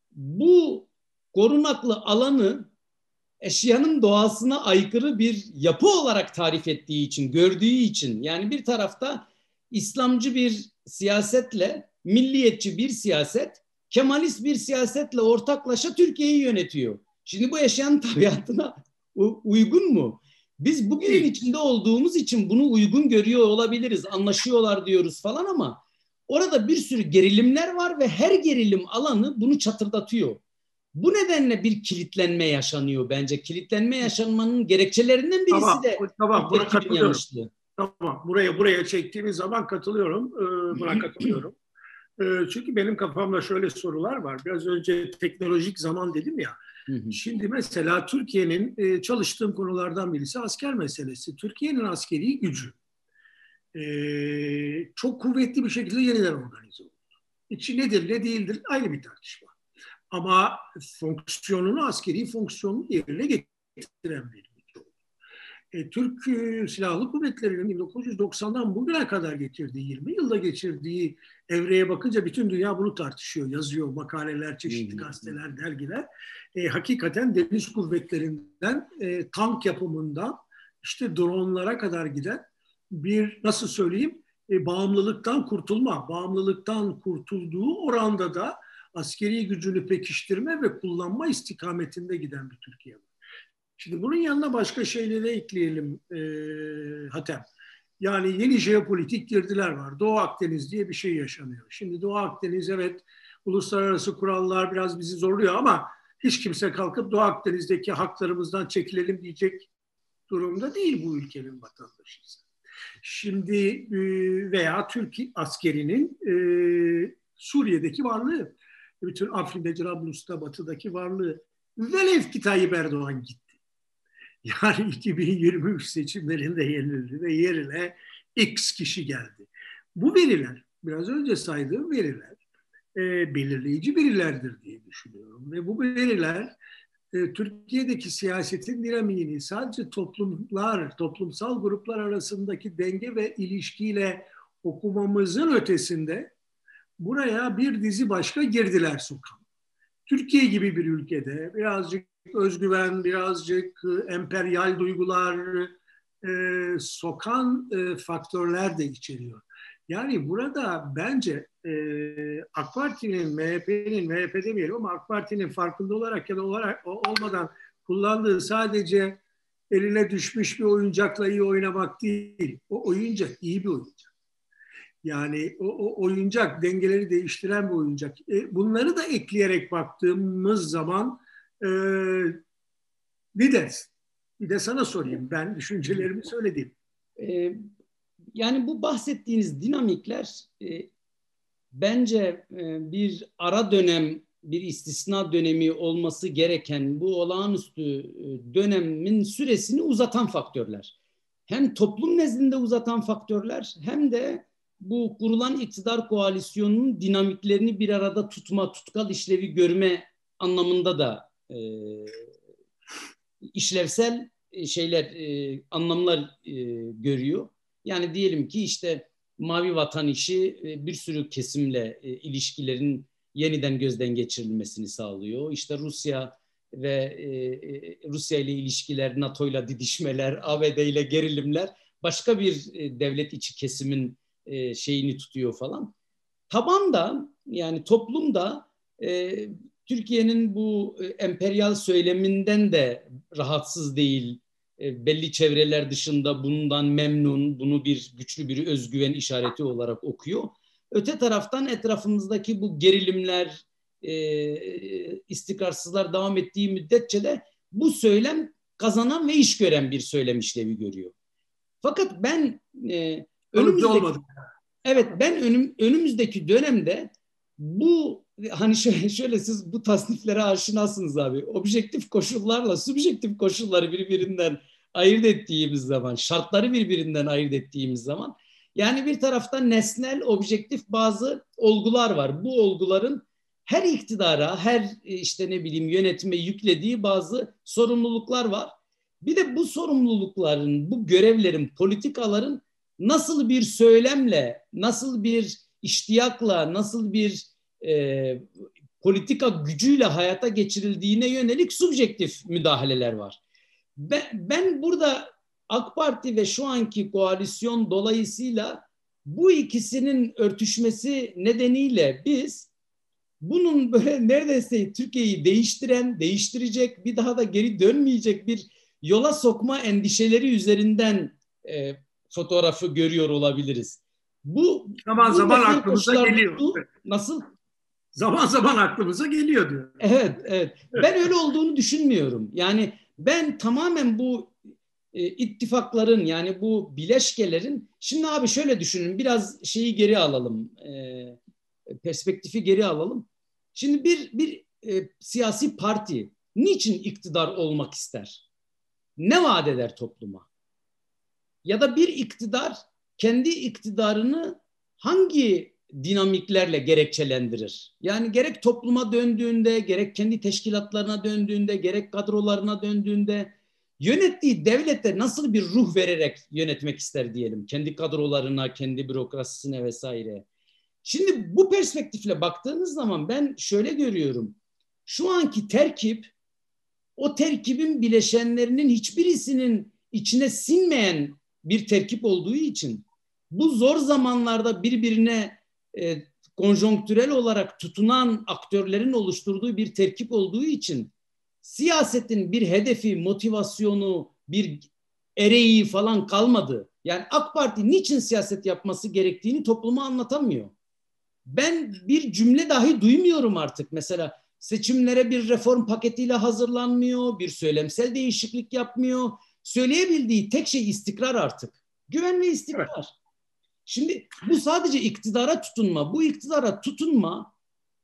bu korunaklı alanı eşyanın doğasına aykırı bir yapı olarak tarif ettiği için, gördüğü için, yani bir tarafta İslamcı bir siyasetle, milliyetçi bir siyaset, Kemalist bir siyasetle ortaklaşa Türkiye'yi yönetiyor. Şimdi bu eşyanın tabiatına uygun mu? Biz bugünün içinde olduğumuz için bunu uygun görüyor olabiliriz, anlaşıyorlar diyoruz falan ama orada bir sürü gerilimler var ve her gerilim alanı bunu çatırdatıyor. Bu nedenle bir kilitlenme yaşanıyor bence. Kilitlenme yaşanmanın gerekçelerinden birisi tamam, de tamam, buna katılıyorum. Tamam, buraya buraya çektiğimiz zaman katılıyorum. Ee, buna katılıyorum. Ee, çünkü benim kafamda şöyle sorular var. Biraz önce teknolojik zaman dedim ya. Şimdi mesela Türkiye'nin e, çalıştığım konulardan birisi asker meselesi. Türkiye'nin askeri gücü e, çok kuvvetli bir şekilde yeniden organize oldu. İçi nedir ne değildir ayrı bir tartışma. Ama fonksiyonunu, askeri fonksiyonunu yerine getiren bir güç oldu. E, Türk e, Silahlı Kuvvetleri'nin bin dokuz yüz doksandan bugüne kadar getirdiği, yirmi yılda geçirdiği evreye bakınca bütün dünya bunu tartışıyor, yazıyor, makaleler, çeşitli gazeteler, dergiler. E, hakikaten deniz kuvvetlerinden, e, tank yapımından, işte dronlara kadar giden bir, nasıl söyleyeyim, e, bağımlılıktan kurtulma, bağımlılıktan kurtulduğu oranda da askeri gücünü pekiştirme ve kullanma istikametinde giden bir Türkiye var. Şimdi bunun yanına başka şeyleri ekleyelim e, Hatem. Yani yeni jeopolitik girdiler var. Doğu Akdeniz diye bir şey yaşanıyor. Şimdi Doğu Akdeniz, evet, uluslararası kurallar biraz bizi zorluyor ama hiç kimse kalkıp Doğu Akdeniz'deki haklarımızdan çekilelim diyecek durumda değil bu ülkenin vatandaşıyız. Şimdi veya Türk askerinin e, Suriye'deki varlığı. bütün Afrin'de, Trablus'ta, batıdaki varlığı. Velev ki Tayyip Erdoğan gitti. Yani iki bin yirmi üç seçimlerinde yenildi ve yerine X kişi geldi. Bu veriler, biraz önce saydığım veriler e, belirleyici verilerdir diye düşünüyorum. Ve bu veriler e, Türkiye'deki siyasetin dinamiğini sadece toplumlar, toplumsal gruplar arasındaki denge ve ilişkiyle okumamızın ötesinde buraya bir dizi başka girdiler sokan. Türkiye gibi bir ülkede birazcık özgüven, birazcık emperyal duygular e, sokan e, faktörler de içeriyor. Yani burada bence e, AK Parti'nin, M H P'nin, M H P demeyelim ama AK Parti'nin farkında olarak ya da olarak olmadan kullandığı sadece eline düşmüş bir oyuncakla iyi oynamak değil. O oyuncak iyi bir oyuncak. Yani o, o oyuncak dengeleri değiştiren bir oyuncak. E, bunları da ekleyerek baktığımız zaman e, ne dersin? Bir de sana sorayım. Ben düşüncelerimi söyledim. E, yani bu bahsettiğiniz dinamikler e, bence e, bir ara dönem, bir istisna dönemi olması gereken bu olağanüstü dönemin süresini uzatan faktörler. Hem toplum nezdinde uzatan faktörler hem de bu kurulan iktidar koalisyonunun dinamiklerini bir arada tutma, tutkal işlevi görme anlamında da e, işlevsel şeyler, e, anlamlar e, görüyor. Yani diyelim ki işte Mavi Vatan işi e, bir sürü kesimle e, ilişkilerin yeniden gözden geçirilmesini sağlıyor. İşte Rusya ve e, Rusya ile ilişkiler, NATO ile didişmeler, A B D ile gerilimler başka bir e, devlet içi kesimin e, şeyini tutuyor falan. Tabanda yani toplumda e, Türkiye'nin bu e, emperyal söyleminden de rahatsız değil. E, belli çevreler dışında bundan memnun, bunu bir güçlü bir özgüven işareti olarak okuyor. Öte taraftan etrafımızdaki bu gerilimler, e, istikrarsızlar devam ettiği müddetçe de bu söylem kazanan ve iş gören bir söylem işlevi görüyor. Fakat ben e, önümüzdeki, evet ben önüm, önümüzdeki dönemde bu hani şöyle, şöyle siz bu tasniflere aşinasınız abi. Objektif koşullarla subjektif koşulları birbirinden ayırt ettiğimiz zaman, şartları birbirinden ayırt ettiğimiz zaman yani bir taraftan nesnel, objektif bazı olgular var. Bu olguların her iktidara, her işte ne bileyim yönetime yüklediği bazı sorumluluklar var. Bir de bu sorumlulukların, bu görevlerin, politikaların nasıl bir söylemle, nasıl bir iştiyakla, nasıl bir e, politika gücüyle hayata geçirildiğine yönelik subjektif müdahaleler var. Ben, ben burada AK Parti ve şu anki koalisyon dolayısıyla bu ikisinin örtüşmesi nedeniyle biz bunun böyle neredeyse Türkiye'yi değiştiren, değiştirecek, bir daha da geri dönmeyecek bir yola sokma endişeleri üzerinden e, fotoğrafı görüyor olabiliriz. Bu zaman zaman aklımıza geliyor. Bu, nasıl? Zaman zaman aklımıza geliyor diyor. Evet, evet. Ben öyle olduğunu düşünmüyorum. Yani ben tamamen bu e, ittifakların yani bu bileşkelerin, şimdi abi şöyle düşünün, biraz şeyi geri alalım, e, perspektifi geri alalım. Şimdi bir bir e, siyasi parti niçin iktidar olmak ister? Ne vaat eder topluma? Ya da bir iktidar kendi iktidarını hangi dinamiklerle gerekçelendirir? Yani gerek topluma döndüğünde, gerek kendi teşkilatlarına döndüğünde, gerek kadrolarına döndüğünde yönettiği devlete nasıl bir ruh vererek yönetmek ister diyelim. Kendi kadrolarına, kendi bürokrasisine vesaire. Şimdi bu perspektifle baktığınız zaman ben şöyle görüyorum. Şu anki terkip, o terkibin bileşenlerinin hiçbirisinin içine sinmeyen bir terkip olduğu için bu zor zamanlarda birbirine e, konjonktürel olarak tutunan aktörlerin oluşturduğu bir terkip olduğu için siyasetin bir hedefi, motivasyonu, bir ereği falan kalmadı. Yani AK Parti niçin siyaset yapması gerektiğini topluma anlatamıyor. Ben bir cümle dahi duymuyorum artık. Mesela seçimlere bir reform paketiyle hazırlanmıyor, bir söylemsel değişiklik yapmıyor. Söyleyebildiği tek şey istikrar artık. Güven ve istikrar. Evet. Şimdi bu sadece iktidara tutunma. Bu iktidara tutunma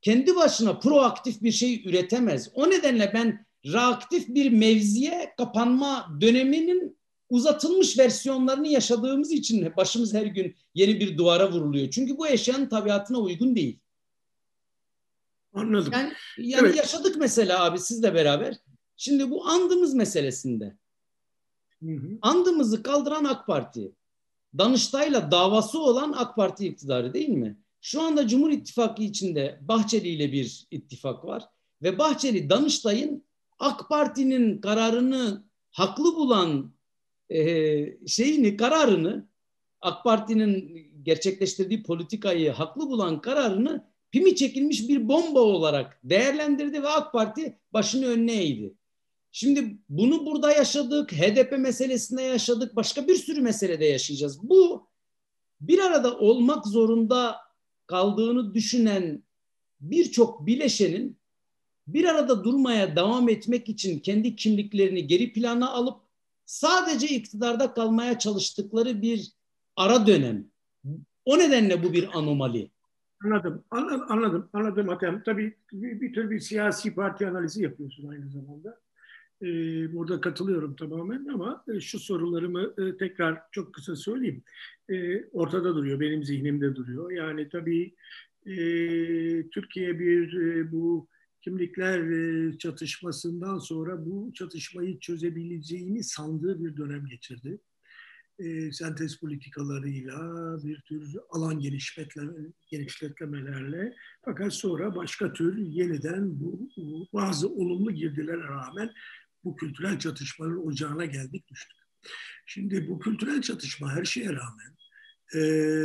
kendi başına proaktif bir şey üretemez. O nedenle ben reaktif bir mevziye kapanma döneminin uzatılmış versiyonlarını yaşadığımız için başımız her gün yeni bir duvara vuruluyor. Çünkü bu eşyanın tabiatına uygun değil. Anladım. Yani, yani evet. yaşadık mesela abi sizle beraber. Şimdi bu andımız meselesinde. Hı hı. Andımızı kaldıran AK Parti. Danıştay'la davası olan AK Parti iktidarı değil mi? Şu anda Cumhur İttifakı içinde Bahçeli ile bir ittifak var. Ve Bahçeli Danıştay'ın AK Parti'nin kararını haklı bulan e, şeyini, kararını, AK Parti'nin gerçekleştirdiği politikayı haklı bulan kararını pimi çekilmiş bir bomba olarak değerlendirdi ve AK Parti başını önüne eğdi. Şimdi bunu burada yaşadık, H D P meselesinde yaşadık, başka bir sürü meselede yaşayacağız. Bu bir arada olmak zorunda kaldığını düşünen birçok bileşenin bir arada durmaya devam etmek için kendi kimliklerini geri plana alıp sadece iktidarda kalmaya çalıştıkları bir ara dönem. O nedenle bu bir anomali. Anladım, anladım, anladım, anladım Hatem. Tabii bir, bir tür bir siyasi parti analizi yapıyorsun aynı zamanda. Ee, burada katılıyorum tamamen ama e, şu sorularımı e, tekrar çok kısa söyleyeyim. E, ortada duruyor, benim zihnimde duruyor. Yani tabii e, Türkiye bir e, bu kimlikler e, çatışmasından sonra bu çatışmayı çözebileceğini sandığı bir dönem geçirdi. E, sentez politikalarıyla, bir tür alan genişletmelerle, fakat sonra başka tür yeniden bu, bu bazı olumlu girdilere rağmen bu kültürel çatışmanın ocağına geldik düştük. Şimdi bu kültürel çatışma her şeye rağmen e,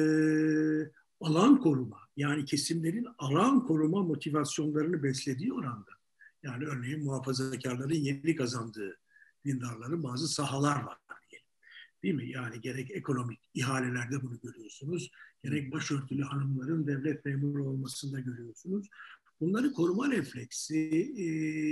alan koruma, yani kesimlerin alan koruma motivasyonlarını beslediği oranda, yani örneğin muhafazakarların yeni kazandığı dindarların bazı sahalar var. Değil mi? Yani gerek ekonomik ihalelerde bunu görüyorsunuz, gerek başörtülü hanımların devlet memuru olmasında görüyorsunuz. Bunları koruma refleksi e,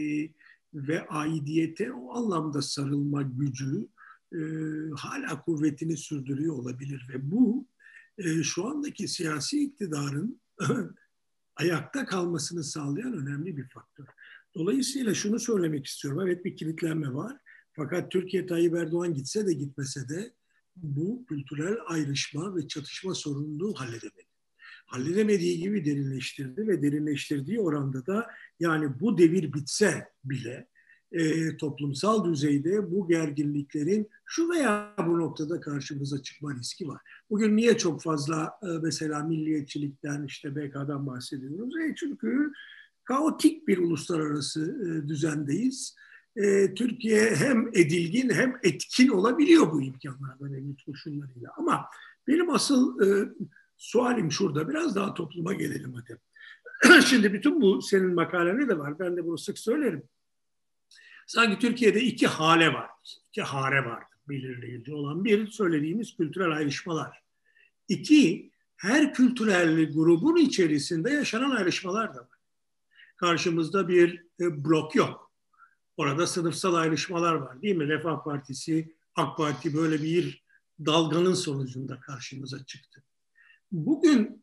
ve aidiyete o anlamda sarılma gücü e, hala kuvvetini sürdürüyor olabilir ve bu e, şu andaki siyasi iktidarın ayakta kalmasını sağlayan önemli bir faktör. Dolayısıyla şunu söylemek istiyorum. Evet, bir kilitlenme var. Fakat Türkiye Tayyip Erdoğan gitse de gitmese de bu kültürel ayrışma ve çatışma sorununu halledemedi. Halledemediği gibi derinleştirdi ve derinleştirdiği oranda da yani bu devir bitse bile e, toplumsal düzeyde bu gerginliklerin şu veya bu noktada karşımıza çıkma riski var. Bugün niye çok fazla e, mesela milliyetçilikten, işte B K'dan bahsediyoruz? E, çünkü kaotik bir uluslararası e, düzendeyiz. E, Türkiye hem edilgin hem etkin olabiliyor bu imkanlardan, mevcut koşullarıyla. Ama benim asıl e, sualim şurada, biraz daha topluma gelelim hadi. Şimdi bütün bu senin makalende de var, ben de bunu sık söylerim. Sanki Türkiye'de iki hale var, iki hare var belirleyici olan. Bir, söylediğimiz kültürel ayrışmalar. İki, her kültürel grubun içerisinde yaşanan ayrışmalar da var. Karşımızda bir e, blok yok. Orada sınıfsal ayrışmalar var, değil mi? Refah Partisi, AK Parti böyle bir dalganın sonucunda karşımıza çıktı. Bugün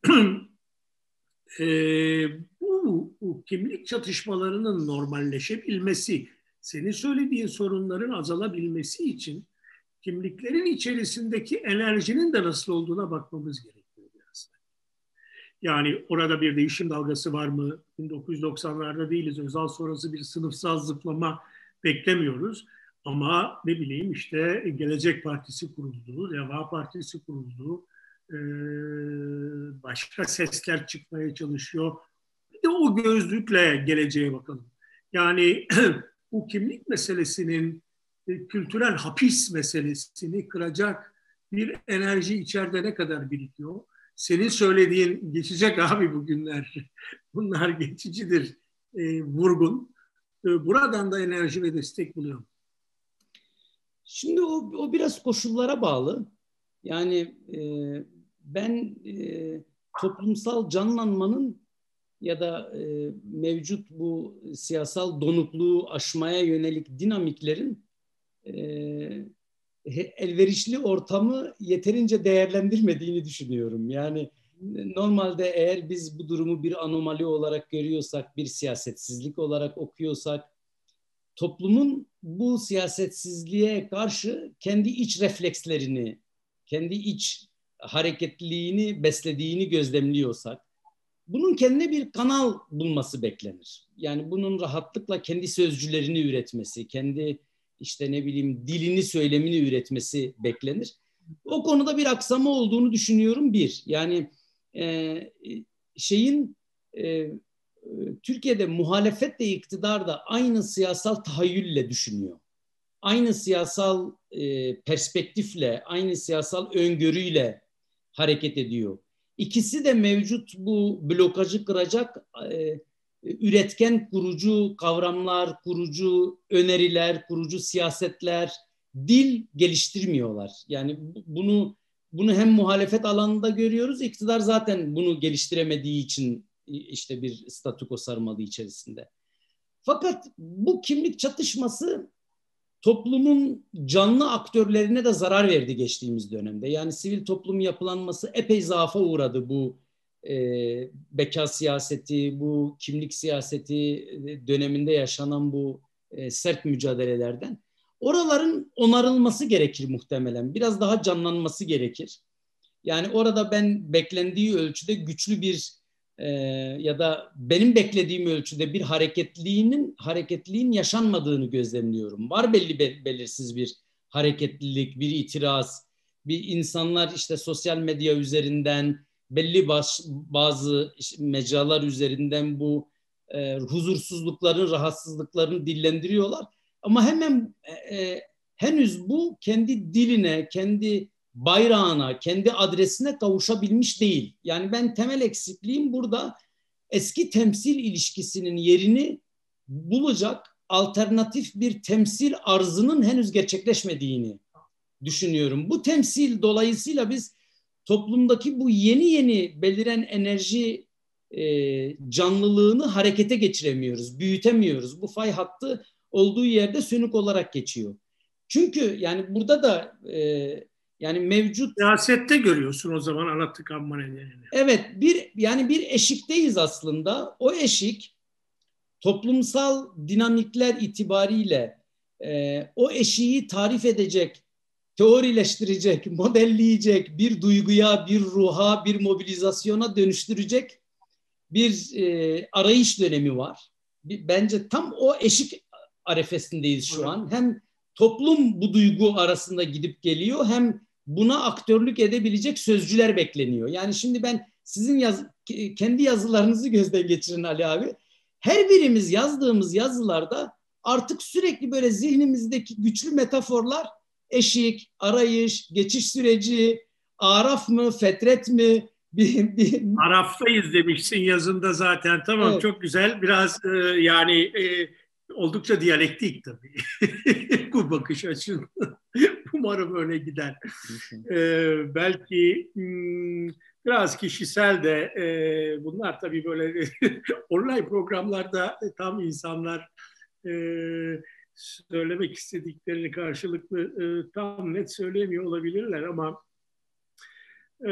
e, bu, bu kimlik çatışmalarının normalleşebilmesi, senin söylediğin sorunların azalabilmesi için kimliklerin içerisindeki enerjinin de nasıl olduğuna bakmamız gerekiyor biraz. Yani orada bir değişim dalgası var mı? bin dokuz yüz doksanlarda değiliz. Özal sonrası bir sınıfsal zıplama beklemiyoruz. Ama ne bileyim işte Gelecek Partisi kuruldu, Deva Partisi kuruldu, başka sesler çıkmaya çalışıyor. Bir de o gözlükle geleceğe bakalım. Yani bu kimlik meselesinin kültürel hapis meselesini kıracak bir enerji içeride ne kadar birikiyor? Senin söylediğin geçecek abi bu günler. Bunlar geçicidir e, vurgun. E, buradan da enerji ve destek buluyorum. Şimdi o, o biraz koşullara bağlı. Yani e, ben e, toplumsal canlanmanın ya da e, mevcut bu siyasal donukluğu aşmaya yönelik dinamiklerin e, elverişli ortamı yeterince değerlendirmediğini düşünüyorum. Yani normalde eğer biz bu durumu bir anomali olarak görüyorsak, bir siyasetsizlik olarak okuyorsak, toplumun bu siyasetsizliğe karşı kendi iç reflekslerini, kendi iç hareketliliğini beslediğini gözlemliyorsak, bunun kendine bir kanal bulması beklenir. Yani bunun rahatlıkla kendi sözcülerini üretmesi, kendi işte ne bileyim dilini, söylemini üretmesi beklenir. O konuda bir aksama olduğunu düşünüyorum bir. Yani e, şeyin e, Türkiye'de muhalefetle iktidar da aynı siyasal tahayyülle düşünüyor. Aynı siyasal e, perspektifle, aynı siyasal öngörüyle hareket ediyor. İkisi de mevcut bu blokajı kıracak e, üretken kurucu kavramlar, kurucu öneriler, kurucu siyasetler, dil geliştirmiyorlar. Yani bunu bunu hem muhalefet alanında görüyoruz, iktidar zaten bunu geliştiremediği için işte bir statüko sarmalı içerisinde. Fakat bu kimlik çatışması toplumun canlı aktörlerine de zarar verdi geçtiğimiz dönemde. Yani sivil toplum yapılanması epey zaafa uğradı bu e, beka siyaseti, bu kimlik siyaseti döneminde yaşanan bu e, sert mücadelelerden. Oraların onarılması gerekir muhtemelen. Biraz daha canlanması gerekir. Yani orada ben beklendiği ölçüde güçlü bir e, ya da benim beklediğim ölçüde bir hareketliliğinin hareketliliğin yaşanmadığını gözlemliyorum. Var belli belirsiz bir hareketlilik, bir itiraz, bir insanlar işte sosyal medya üzerinden belli baş, bazı mecralar üzerinden bu e, huzursuzlukların, rahatsızlıklarını dillendiriyorlar. Ama hemen e, e, henüz bu kendi diline, kendi bayrağına, kendi adresine kavuşabilmiş değil. Yani ben temel eksikliğim burada eski temsil ilişkisinin yerini bulacak alternatif bir temsil arzının henüz gerçekleşmediğini düşünüyorum. Bu temsil dolayısıyla biz toplumdaki bu yeni yeni beliren enerji e, canlılığını harekete geçiremiyoruz, büyütemiyoruz. Bu fay hattı olduğu yerde sönük olarak geçiyor. Çünkü yani burada da e, yani mevcut siyasette görüyorsun o zaman ana tıkanma nedenini. Evet, bir yani bir eşikteyiz aslında. O eşik toplumsal dinamikler itibariyle e, o eşiği tarif edecek, teorileştirecek, modelleyecek, bir duyguya, bir ruha, bir mobilizasyona dönüştürecek bir e, arayış dönemi var. Bir, bence tam o eşik arefesindeyiz şu an. Hem toplum bu duygu arasında gidip geliyor, hem buna aktörlük edebilecek sözcüler bekleniyor. Yani şimdi ben sizin yaz, kendi yazılarınızı gözden geçirin Ali abi. Her birimiz yazdığımız yazılarda artık sürekli böyle zihnimizdeki güçlü metaforlar, eşik, arayış, geçiş süreci, araf mı, fetret mi? Bir, bir... Araftayız demişsin yazında zaten. Tamam, evet. Çok güzel. Biraz e, yani e, oldukça diyalektik tabii. Bu bakış açın. Umarım öyle gider. Ee, belki hmm, biraz kişisel de e, bunlar tabii böyle online programlarda tam insanlar e, söylemek istediklerini karşılıklı e, tam net söylemiyor olabilirler ama e,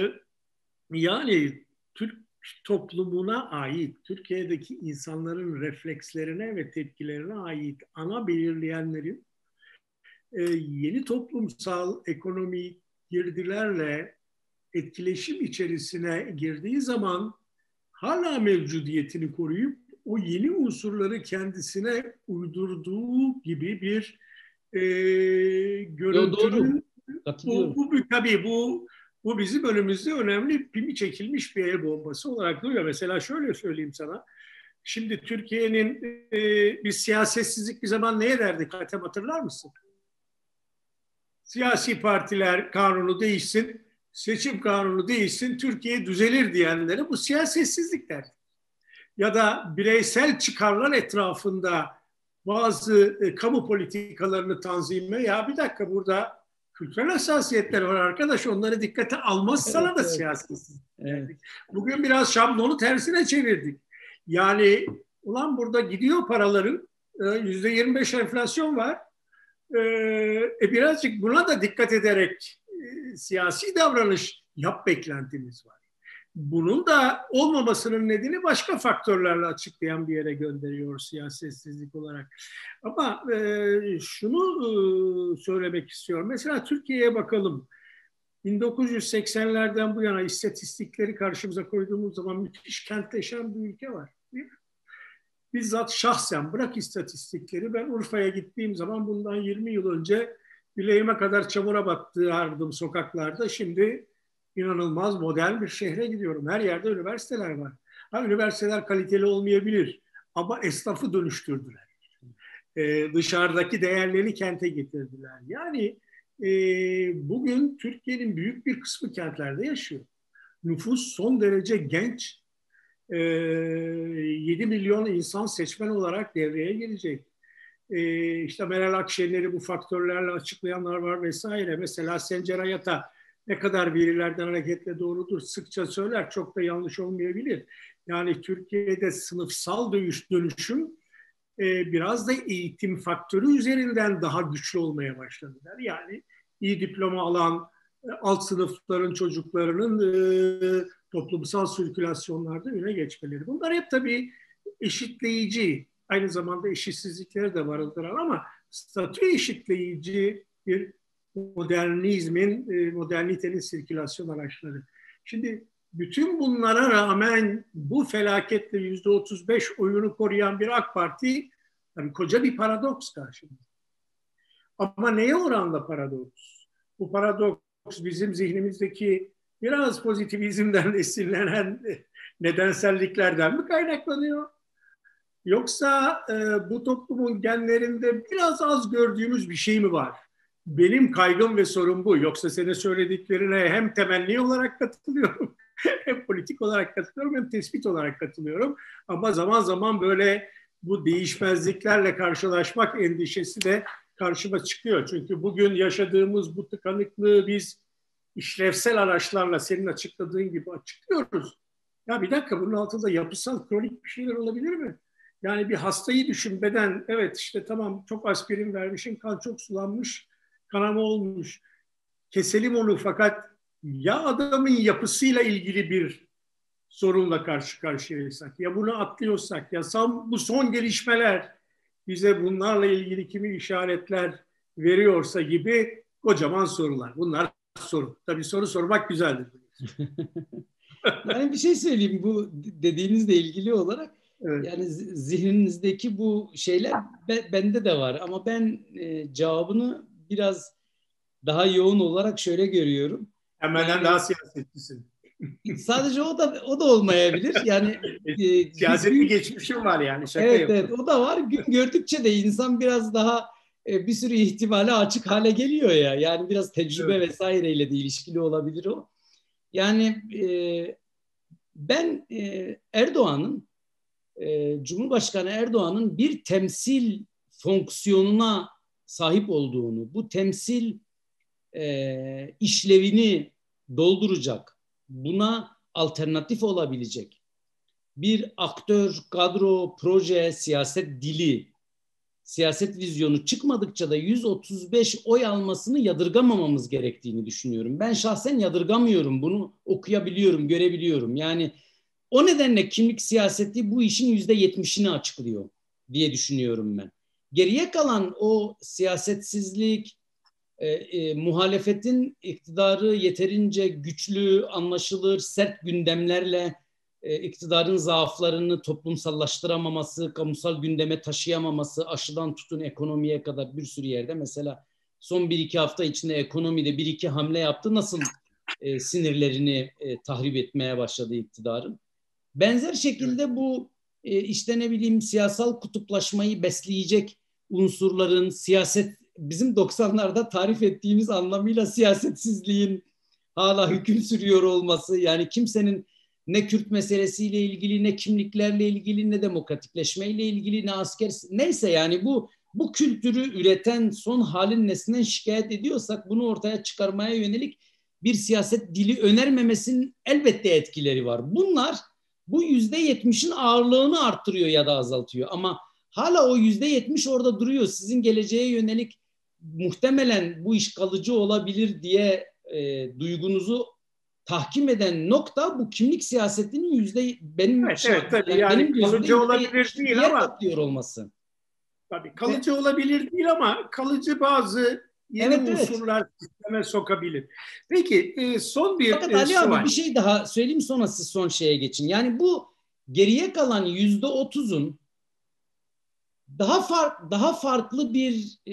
yani Türk toplumuna ait, Türkiye'deki insanların reflekslerine ve tepkilerine ait ana belirleyenlerin e, yeni toplumsal ekonomik girdilerle etkileşim içerisine girdiği zaman hala mevcudiyetini koruyup o yeni unsurları kendisine uydurduğu gibi bir e, görüntünün bu, bu, bu tabii bu bu bizim önümüzde önemli pimi çekilmiş bir el bombası olarak duruyor. Mesela şöyle söyleyeyim sana. Şimdi Türkiye'nin e, bir siyasetsizlik bir zaman neye derdik? Hatem, hatırlar mısın? Siyasi partiler kanunu değişsin, seçim kanunu değişsin, Türkiye düzelir diyenlere bu siyasetsizlik der. Ya da bireysel çıkarlar etrafında bazı e, kamu politikalarını tanzime, ya bir dakika burada kültürel hassasiyetler var arkadaş, onları dikkate almazsana evet, da evet. Siyasetsizlik. Evet. Bugün biraz şablonu tersine çevirdik. Yani ulan burada gidiyor paraların, yüzde yirmi beş enflasyon var. E, birazcık buna da dikkat ederek e, siyasi davranış yap beklentimiz var. Bunun da olmamasının nedeni başka faktörlerle açıklayan bir yere gönderiyor siyasetsizlik olarak. Ama e, şunu e, söylemek istiyorum. Mesela Türkiye'ye bakalım. bin dokuz yüz seksenlerden bu yana istatistikleri karşımıza koyduğumuz zaman müthiş kentleşen bir ülke var. Bizzat şahsen bırak istatistikleri, ben Urfa'ya gittiğim zaman bundan yirmi yıl önce bileğime kadar çamura battırdım sokaklarda. Şimdi inanılmaz modern bir şehre gidiyorum. Her yerde üniversiteler var. Ha, üniversiteler kaliteli olmayabilir ama esnafı dönüştürdüler. Ee, dışarıdaki değerleri kente getirdiler. Yani e, bugün Türkiye'nin büyük bir kısmı kentlerde yaşıyor. Nüfus son derece genç. Ee, yedi milyon insan seçmen olarak devreye girecek. Ee, işte Meral Akşener'i bu faktörlerle açıklayanlar var vesaire. Mesela Sencer Ayata ne kadar verilerden hareketle doğrudur sıkça söyler, çok da yanlış olmayabilir. Yani Türkiye'de sınıfsal dönüşüm e, biraz da eğitim faktörü üzerinden daha güçlü olmaya başladılar. Yani iyi diploma alan e, alt sınıfların çocuklarının e, toplumsal sirkülasyonlarda öne geçmeleri. Bunlar hep tabii eşitleyici, aynı zamanda eşitsizlikleri de barındıran ama statü eşitleyici bir modernizmin, modernitenin sirkülasyon araçları. Şimdi bütün bunlara rağmen bu felaketle yüzde otuz beş oyunu koruyan bir AK Parti, yani koca bir paradoks karşımızda. Ama neye oranla paradoks? Bu paradoks bizim zihnimizdeki biraz pozitivizmden esinlenen nedenselliklerden mi kaynaklanıyor? Yoksa e, bu toplumun genlerinde biraz az gördüğümüz bir şey mi var? Benim kaygım ve sorun bu. Yoksa senin söylediklerine hem temenni olarak katılıyorum, hem politik olarak katılıyorum, hem tespit olarak katılıyorum. Ama zaman zaman böyle bu değişmezliklerle karşılaşmak endişesi de karşıma çıkıyor. Çünkü bugün yaşadığımız bu tıkanıklığı biz işlevsel araçlarla senin açıkladığın gibi açıklıyoruz. Ya bir dakika, bunun altında yapısal kronik bir şeyler olabilir mi? Yani bir hastayı düşün, beden, evet işte tamam çok aspirin vermişsin, kan çok sulanmış, kanama olmuş. Keselim onu, fakat ya adamın yapısıyla ilgili bir sorunla karşı karşıyaysak, ya bunu atlıyorsak, ya son, bu son gelişmeler bize bunlarla ilgili kimi işaretler veriyorsa gibi kocaman sorular. Bunlar soru. Tabii soru sormak güzeldir. Yani bir şey söyleyeyim bu dediğinizle ilgili olarak. Evet. Yani zihninizdeki bu şeyler be, bende de var ama ben e, cevabını biraz daha yoğun olarak şöyle görüyorum. Hemen Yani, daha siyasetçisin. Sadece o da o da olmayabilir. Yani e, siyaseti geçmişim var yani, şaka evet, yapıyorum. evet, o da var. Gün gördükçe de insan biraz daha e, bir sürü ihtimale açık hale geliyor ya. Yani biraz tecrübe evet. vesaireyle de ilişkili olabilir o. Yani e, ben e, Erdoğan'ın e, Cumhurbaşkanı Erdoğan'ın bir temsil fonksiyonuna sahip olduğunu, bu temsil e, işlevini dolduracak, buna alternatif olabilecek bir aktör, kadro, proje, siyaset dili, siyaset vizyonu çıkmadıkça da yüz otuz beş oy almasını yadırgamamamız gerektiğini düşünüyorum. Ben şahsen yadırgamıyorum, bunu okuyabiliyorum, görebiliyorum. Yani o nedenle kimlik siyaseti bu işin yüzde yetmişini açıklıyor diye düşünüyorum ben. Geriye kalan o siyasetsizlik, e, e, muhalefetin iktidarı yeterince güçlü, anlaşılır, sert gündemlerle e, iktidarın zaaflarını toplumsallaştıramaması, kamusal gündeme taşıyamaması, aşıdan tutun ekonomiye kadar bir sürü yerde. Mesela son bir iki hafta içinde ekonomide bir iki hamle yaptı. Nasıl e, sinirlerini e, tahrip etmeye başladı iktidarın. Benzer şekilde bu e, işte ne bileyim siyasal kutuplaşmayı besleyecek unsurların siyaset, bizim doksanlarda tarif ettiğimiz anlamıyla siyasetsizliğin hala hüküm sürüyor olması, yani kimsenin ne Kürt meselesiyle ilgili, ne kimliklerle ilgili, ne demokratikleşmeyle ilgili, ne asker, neyse yani bu bu kültürü üreten son halin nesinden şikayet ediyorsak bunu ortaya çıkarmaya yönelik bir siyaset dili önermemesinin elbette etkileri var. Bunlar bu yüzde yetmişin ağırlığını arttırıyor ya da azaltıyor. Ama hala o yüzde yetmiş orada duruyor. Sizin geleceğe yönelik muhtemelen bu iş kalıcı olabilir diye e, duygunuzu tahkim eden nokta bu kimlik siyasetinin yüzde benim evet, şey, evet, tabii yani yani benim kalıcı olabilir değil yer ama kaplıyor olması. tabii kalıcı olabilir değil ama kalıcı bazı yeni Evet, evet. unsurlar sisteme sokabilir. Peki e, son bir Fakat e, Ali abi sual. bir şey daha söyleyeyim, sonra siz son şeye geçin. Yani bu geriye kalan yüzde otuzun daha fark, daha farklı bir e,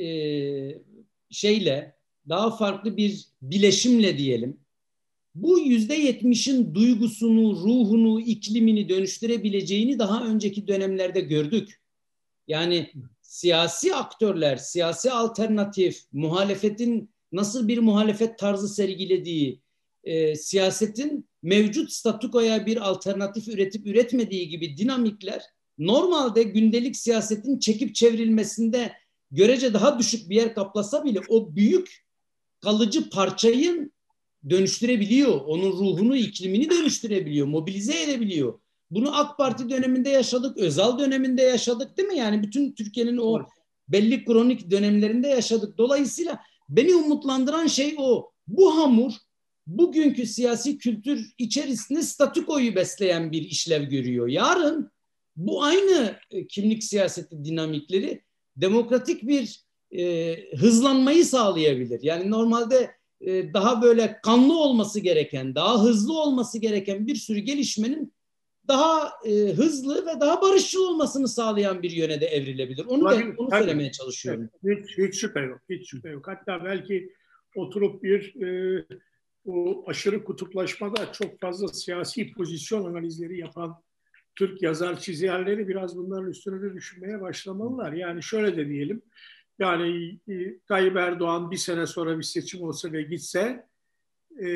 şeyle, daha farklı bir bileşimle diyelim, bu yüzde yetmişin duygusunu, ruhunu, iklimini dönüştürebileceğini daha önceki dönemlerde gördük. Yani siyasi aktörler, siyasi alternatif, muhalefetin nasıl bir muhalefet tarzı sergilediği, e, siyasetin mevcut statükoya bir alternatif üretip üretmediği gibi dinamikler normalde gündelik siyasetin çekip çevrilmesinde görece daha düşük bir yer kaplasa bile o büyük kalıcı parçayı dönüştürebiliyor. Onun ruhunu, iklimini dönüştürebiliyor, mobilize edebiliyor. Bunu AK Parti döneminde yaşadık, Özal döneminde yaşadık, değil mi? Yani bütün Türkiye'nin o belli kronik dönemlerinde yaşadık. Dolayısıyla beni umutlandıran şey o. Bu hamur bugünkü siyasi kültür içerisinde statükoyu besleyen bir işlev görüyor. Yarın bu aynı kimlik siyaseti dinamikleri demokratik bir e, hızlanmayı sağlayabilir. Yani normalde e, daha böyle kanlı olması gereken, daha hızlı olması gereken bir sürü gelişmenin daha e, hızlı ve daha barışçıl olmasını sağlayan bir yöne de evrilebilir. Onu ben onu Tabii. söylemeye çalışıyorum. Evet, hiç, hiç şüphe yok. Hiç şüphe yok. Hatta belki oturup bir e, bu aşırı kutuplaşmada çok fazla siyasi pozisyon analizleri yapan Türk yazar çizerleri biraz bunların üstüne de düşünmeye başlamalılar. Yani şöyle de diyelim. Yani e, Tayyip Erdoğan bir sene sonra bir seçim olsa ve gitse e,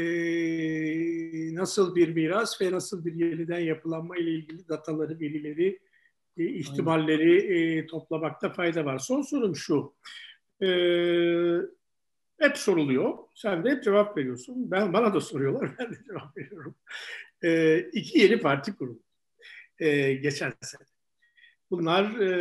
nasıl bir miras ve nasıl bir yeniden yapılanma ile ilgili dataları, verileri, e, ihtimalleri e, toplamakta fayda var. Son sorum şu. E, hep soruluyor. Sen de hep cevap veriyorsun. Ben bana da soruyorlar. Ben de cevap veriyorum. E, iki yeni parti kuruldu. E, geçen sene. Bunlar e,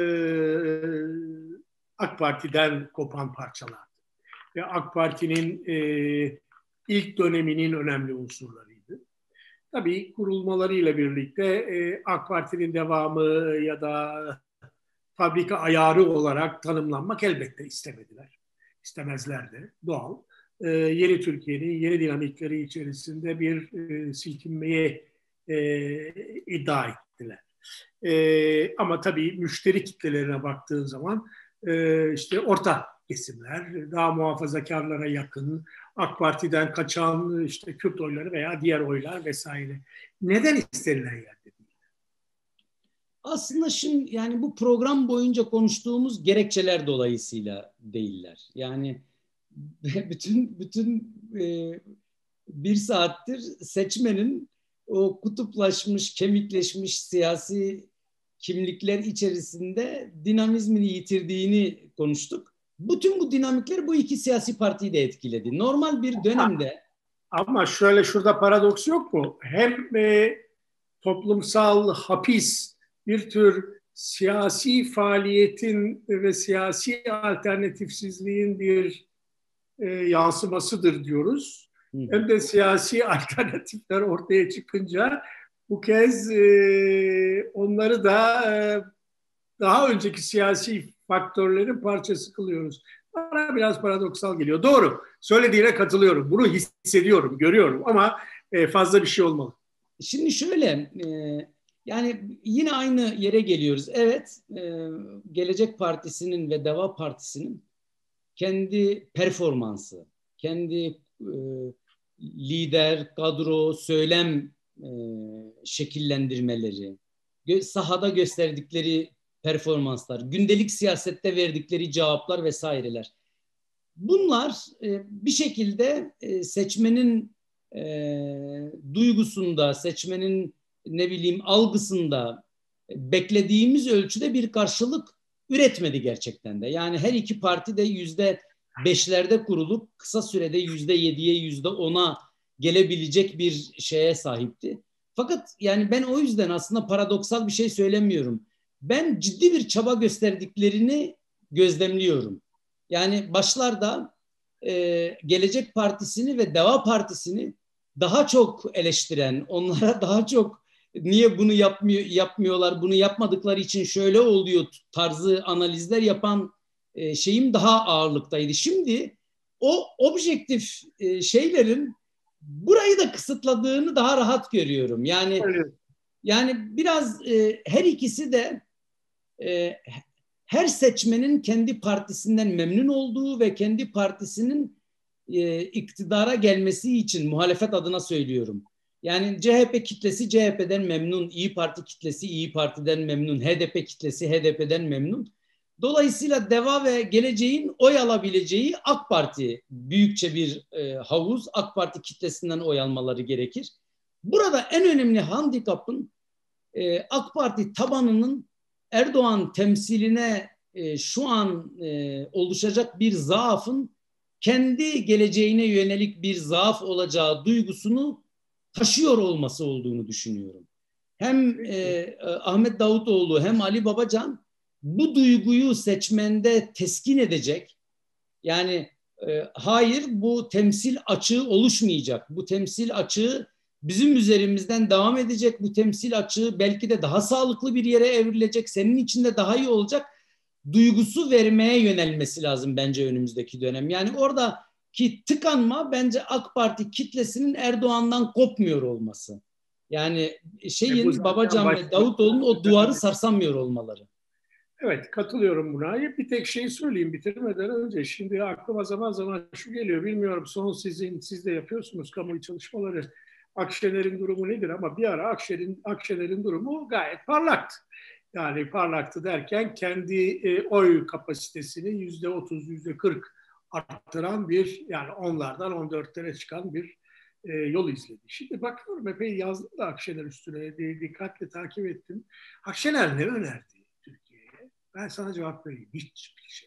AK Parti'den kopan parçalar. Ve AK Parti'nin e, ilk döneminin önemli unsurlarıydı. Tabii kurulmalarıyla birlikte e, AK Parti'nin devamı ya da fabrika ayarı olarak tanımlanmak elbette istemediler. İstemezler de doğal. E, yeni Türkiye'nin yeni dinamikleri içerisinde bir e, silkinmeye e, iddia ettiler. E, ama tabii müşteri kitlelerine baktığın zaman e, işte orta kesimler, daha muhafazakarlara yakın, AK Parti'den kaçan işte Kürt oyları veya diğer oylar vesaire. Neden istenilen yerde değil? Aslında şimdi yani bu program boyunca konuştuğumuz gerekçeler dolayısıyla değiller. Yani bütün bütün e, bir saattir seçmenin o kutuplaşmış, kemikleşmiş siyasi kimlikler içerisinde dinamizmini yitirdiğini konuştuk. Bütün bu dinamikler bu iki siyasi partiyi de etkiledi. Normal bir dönemde... Ama şöyle şurada paradoks yok mu? Hem e, toplumsal hapis bir tür siyasi faaliyetin ve siyasi alternatifsizliğin bir e, yansımasıdır diyoruz. Hı. Hem de siyasi alternatifler ortaya çıkınca bu kez e, onları da e, daha önceki siyasi faktörlerin parçası kılıyoruz. Bana biraz paradoksal geliyor. Doğru. Söylediğine katılıyorum. Bunu hissediyorum, görüyorum ama e, fazla bir şey olmalı. Şimdi şöyle, e, yani yine aynı yere geliyoruz. Evet, e, Gelecek Partisi'nin ve Deva Partisi'nin kendi performansı, kendi e, lider, kadro, söylem e, şekillendirmeleri, gö- sahada gösterdikleri performanslar, gündelik siyasette verdikleri cevaplar vesaireler. Bunlar e, bir şekilde e, seçmenin e, duygusunda, seçmenin ne bileyim algısında e, beklediğimiz ölçüde bir karşılık üretmedi gerçekten de. Yani her iki parti de yüzde beşlerde kurulup kısa sürede yüzde yediye, yüzde ona gelebilecek bir şeye sahipti. Fakat yani ben o yüzden aslında paradoksal bir şey söylemiyorum. Ben ciddi bir çaba gösterdiklerini gözlemliyorum. Yani başlarda e, Gelecek Partisi'ni ve Deva Partisi'ni daha çok eleştiren, onlara daha çok niye bunu yapmıyor, yapmıyorlar, bunu yapmadıkları için şöyle oluyor tarzı analizler yapan e, şeyim daha ağırlıktaydı. Şimdi o objektif e, şeylerin burayı da kısıtladığını daha rahat görüyorum. Yani Öyle. yani biraz e, her ikisi de e, her seçmenin kendi partisinden memnun olduğu ve kendi partisinin e, iktidara gelmesi için muhalefet adına söylüyorum. Yani C H P kitlesi C H P'den memnun, İyi Parti kitlesi İyi Parti'den memnun, H D P kitlesi H D P'den memnun. Dolayısıyla DEVA ve Geleceğin oy alabileceği AK Parti büyükçe bir e, havuz, AK Parti kitlesinden oy almaları gerekir. Burada en önemli handikapın e, AK Parti tabanının Erdoğan temsiline e, şu an e, oluşacak bir zaafın kendi geleceğine yönelik bir zaaf olacağı duygusunu taşıyor olması olduğunu düşünüyorum. Hem e, Ahmet Davutoğlu hem Ali Babacan bu duyguyu seçmende teskin edecek. Yani e, hayır, bu temsil açığı oluşmayacak. Bu temsil açığı bizim üzerimizden devam edecek. Bu temsil açığı belki de daha sağlıklı bir yere evrilecek. Senin için de daha iyi olacak duygusu vermeye yönelmesi lazım bence önümüzdeki dönem. Yani oradaki tıkanma bence AK Parti kitlesinin Erdoğan'dan kopmuyor olması. Yani şeyin E Babacan ve Davutoğlu'nun o duvarı sarsamıyor olmaları. Evet, katılıyorum buna. Bir tek şey söyleyeyim bitirmeden önce. Şimdi aklıma zaman zaman şu geliyor. Bilmiyorum, son sizin siz de yapıyorsunuz kamuoyu çalışmaları. Akşener'in durumu nedir? Ama bir ara Akşener'in Akşener'in durumu gayet parlaktı. Yani parlaktı derken kendi e, oy kapasitesini yüzde otuz, yüzde kırk arttıran bir, yani onlardan on dörtlere çıkan bir e, yol izledi. Şimdi bakıyorum, epey yazdım da Akşener üstüne, dikkatle takip ettim. Akşener ne önerdi Türkiye'ye? Ben sana cevap vereyim. Hiçbir şey.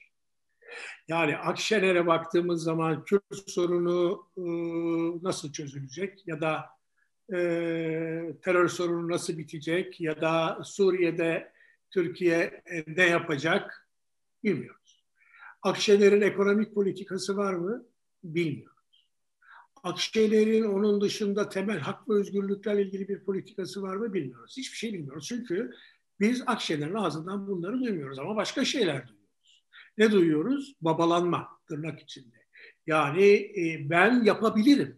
Yani Akşener'e baktığımız zaman Kürt sorunu e, nasıl çözülecek ya da e, terör sorunu nasıl bitecek ya da Suriye'de Türkiye e, ne yapacak bilmiyoruz. Akşener'in ekonomik politikası var mı? Bilmiyoruz. Akşener'in onun dışında temel hak ve özgürlüklerle ilgili bir politikası var mı? Bilmiyoruz. Hiçbir şey bilmiyoruz. Çünkü biz Akşener'in ağzından bunları duymuyoruz ama başka şeyler duyuyoruz. Ne duyuyoruz? Babalanma, tırnak içinde. Yani e, ben yapabilirim.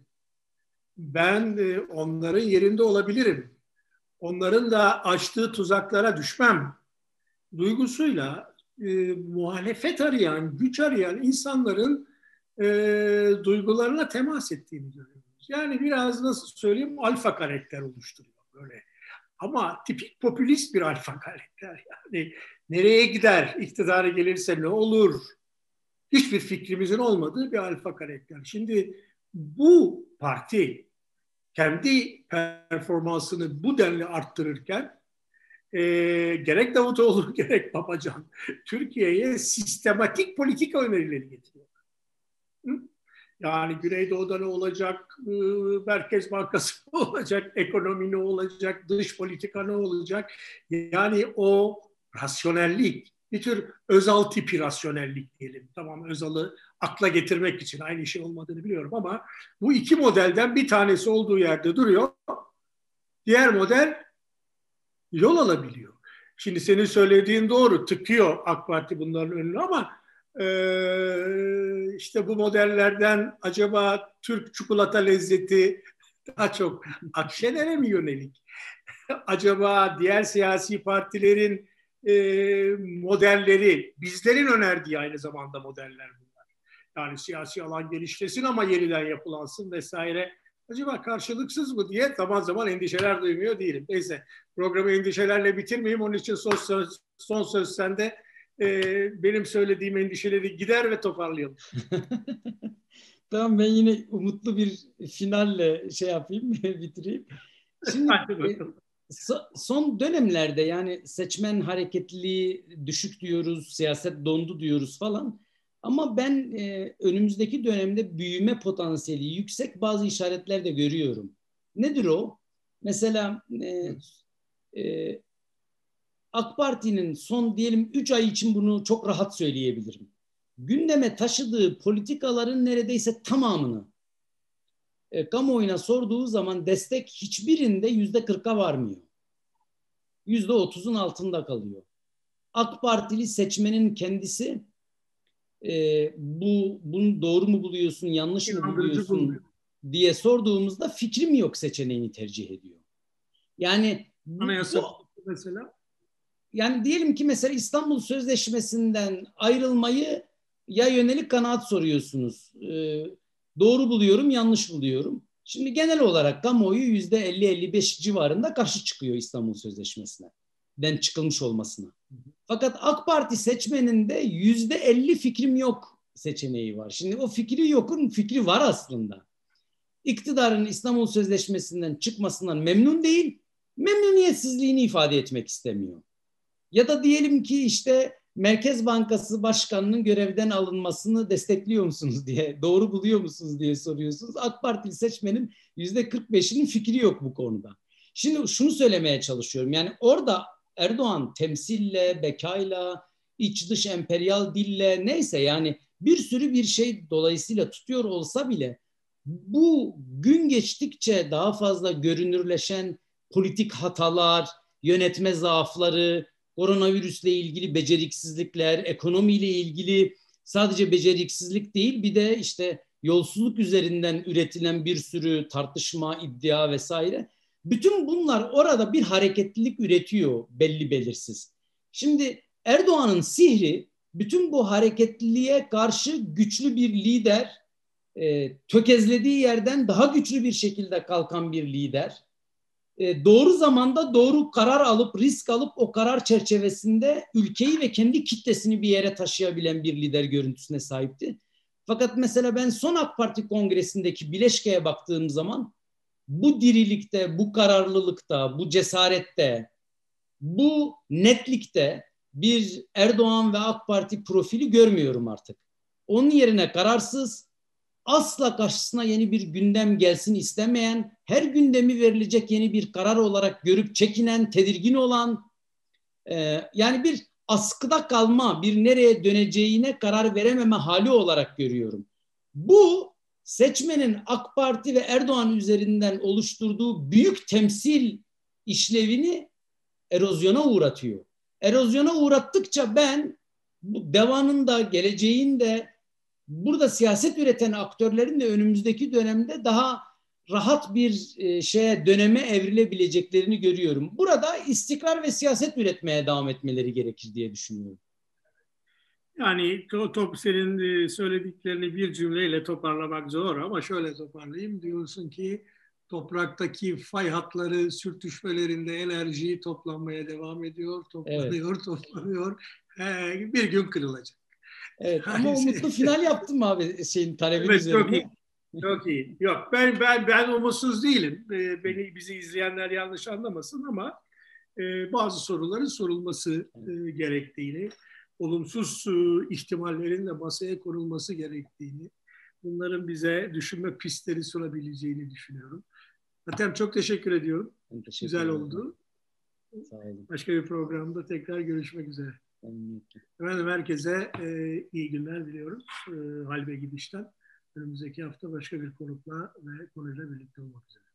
Ben e, onların yerinde olabilirim. Onların da açtığı tuzaklara düşmem duygusuyla e, muhalefet arayan, güç arayan insanların e, duygularına temas ettiğini görüyoruz. Yani biraz nasıl söyleyeyim, alfa karakter oluşturuyor böyle. Ama tipik popülist bir alfa karakter. Yani nereye gider, iktidara gelirse ne olur? Hiçbir fikrimizin olmadığı bir alfa karakter. Şimdi bu parti kendi performansını bu denli arttırırken e, gerek Davutoğlu gerek Babacan Türkiye'ye sistematik politika önerileri getiriyor. Hı? Yani Güneydoğu'da ne olacak, Merkez Bankası ne olacak, ekonomi ne olacak, dış politika ne olacak? Yani o rasyonellik, bir tür Özal tipi rasyonellik diyelim. Tamam, Özal'ı akla getirmek için aynı şey olmadığını biliyorum ama bu iki modelden bir tanesi olduğu yerde duruyor. Diğer model yol alabiliyor. Şimdi senin söylediğin doğru, tıkıyor AK Parti bunların önüne ama e, işte bu modellerden acaba Türk çikolata lezzeti daha çok Akşener'e mi yönelik? Acaba diğer siyasi partilerin e, modelleri, bizlerin önerdiği aynı zamanda modeller bunlar. Yani siyasi alan genişlesin ama yeniden yapılansın vesaire. Acaba karşılıksız mı diye zaman zaman endişeler duymuyor değilim. Neyse, programı endişelerle bitirmeyeyim. Onun için son söz, son söz sende. Ee, benim söylediğim endişeleri gider ve toparlayalım. Tamam, ben yine umutlu bir finalle şey yapayım, bitireyim. Şimdi e, son dönemlerde yani seçmen hareketliliği düşük diyoruz, siyaset dondu diyoruz falan. Ama ben e, önümüzdeki dönemde büyüme potansiyeli yüksek bazı işaretler de görüyorum. Nedir o? Mesela e, e, AK Parti'nin son diyelim üç ay için bunu çok rahat söyleyebilirim. Gündeme taşıdığı politikaların neredeyse tamamını e, kamuoyuna sorduğu zaman destek hiçbirinde yüzde kırka varmıyor. Yüzde otuzun altında kalıyor. AK Partili seçmenin kendisi e, bu bunu doğru mu buluyorsun, yanlış mı İnandırıcı buluyorsun bulmuyor. diye sorduğumuzda fikrim yok seçeneğini tercih ediyor. Yani bu, Anayasa bu mesela. yani diyelim ki mesela İstanbul Sözleşmesi'nden ayrılmayı ya yönelik kanaat soruyorsunuz. Ee, doğru buluyorum, yanlış buluyorum. Şimdi genel olarak kamuoyu yüzde elli elli beş civarında karşı çıkıyor İstanbul Sözleşmesi'ne. Den çıkılmış olmasına. Fakat AK Parti seçmeninde yüzde elli fikrim yok seçeneği var. Şimdi o fikri yokun fikri var aslında. İktidarın İstanbul Sözleşmesi'nden çıkmasından memnun değil, memnuniyetsizliğini ifade etmek istemiyor. Ya da diyelim ki işte Merkez Bankası Başkanı'nın görevden alınmasını destekliyor musunuz diye, doğru buluyor musunuz diye soruyorsunuz. AK Partili seçmenin yüzde kırk beşinin fikri yok bu konuda. Şimdi şunu söylemeye çalışıyorum. Yani orada Erdoğan temsille, bekayla, iç dış emperyal dille neyse yani bir sürü bir şey dolayısıyla tutuyor olsa bile bu gün geçtikçe daha fazla görünürleşen politik hatalar, yönetme zaafları, koronavirüsle ilgili beceriksizlikler, ekonomiyle ilgili sadece beceriksizlik değil bir de işte yolsuzluk üzerinden üretilen bir sürü tartışma, iddia vesaire. Bütün bunlar orada bir hareketlilik üretiyor belli belirsiz. Şimdi Erdoğan'ın sihri bütün bu hareketliliğe karşı güçlü bir lider, e, tökezlediği yerden daha güçlü bir şekilde kalkan bir lider, e, doğru zamanda doğru karar alıp risk alıp o karar çerçevesinde ülkeyi ve kendi kitlesini bir yere taşıyabilen bir lider görüntüsüne sahipti. Fakat mesela ben son AK Parti kongresindeki bileşkeye baktığım zaman bu dirilikte, bu kararlılıkta, bu cesarette, bu netlikte bir Erdoğan ve AK Parti profili görmüyorum artık. Onun yerine kararsız, asla karşısına yeni bir gündem gelsin istemeyen, her gündemi verilecek yeni bir karar olarak görüp çekinen, tedirgin olan, e, yani bir askıda kalma, bir nereye döneceğine karar verememe hali olarak görüyorum. Bu seçmenin AK Parti ve Erdoğan üzerinden oluşturduğu büyük temsil işlevini erozyona uğratıyor. Erozyona uğrattıkça ben bu devanın da geleceğin de burada siyaset üreten aktörlerin de önümüzdeki dönemde daha rahat bir e, şeye döneme evrilebileceklerini görüyorum. Burada istikrar ve siyaset üretmeye devam etmeleri gerekir diye düşünüyorum. Yani top senin e, söylediklerini bir cümleyle toparlamak zor ama şöyle toparlayayım. Diyorsun ki topraktaki fay hatları sürtüşmelerinde enerjiyi toplanmaya devam ediyor, Evet. toplanıyor, toplanıyor. Bir gün kırılacak. Evet ama Yani, umutlu final yaptım abi şeyin talebin evet, çok iyi. üzerine. Çok iyi. Yok ben ben ben umutsuz değilim. Beni bizi izleyenler yanlış anlamasın ama e, bazı soruların sorulması e, gerektiğini, olumsuz e, ihtimallerin de masaya konulması gerektiğini, bunların bize düşünme pistleri sunabileceğini düşünüyorum. Hatem çok teşekkür ediyorum. Ben teşekkür Güzel ederim. oldu. Sağ olun. Başka bir programda tekrar görüşmek üzere. Efendim herkese e, iyi günler diliyoruz. E, hal ve gidişten. Önümüzdeki hafta başka bir konukla ve konuyla birlikte olmak üzere.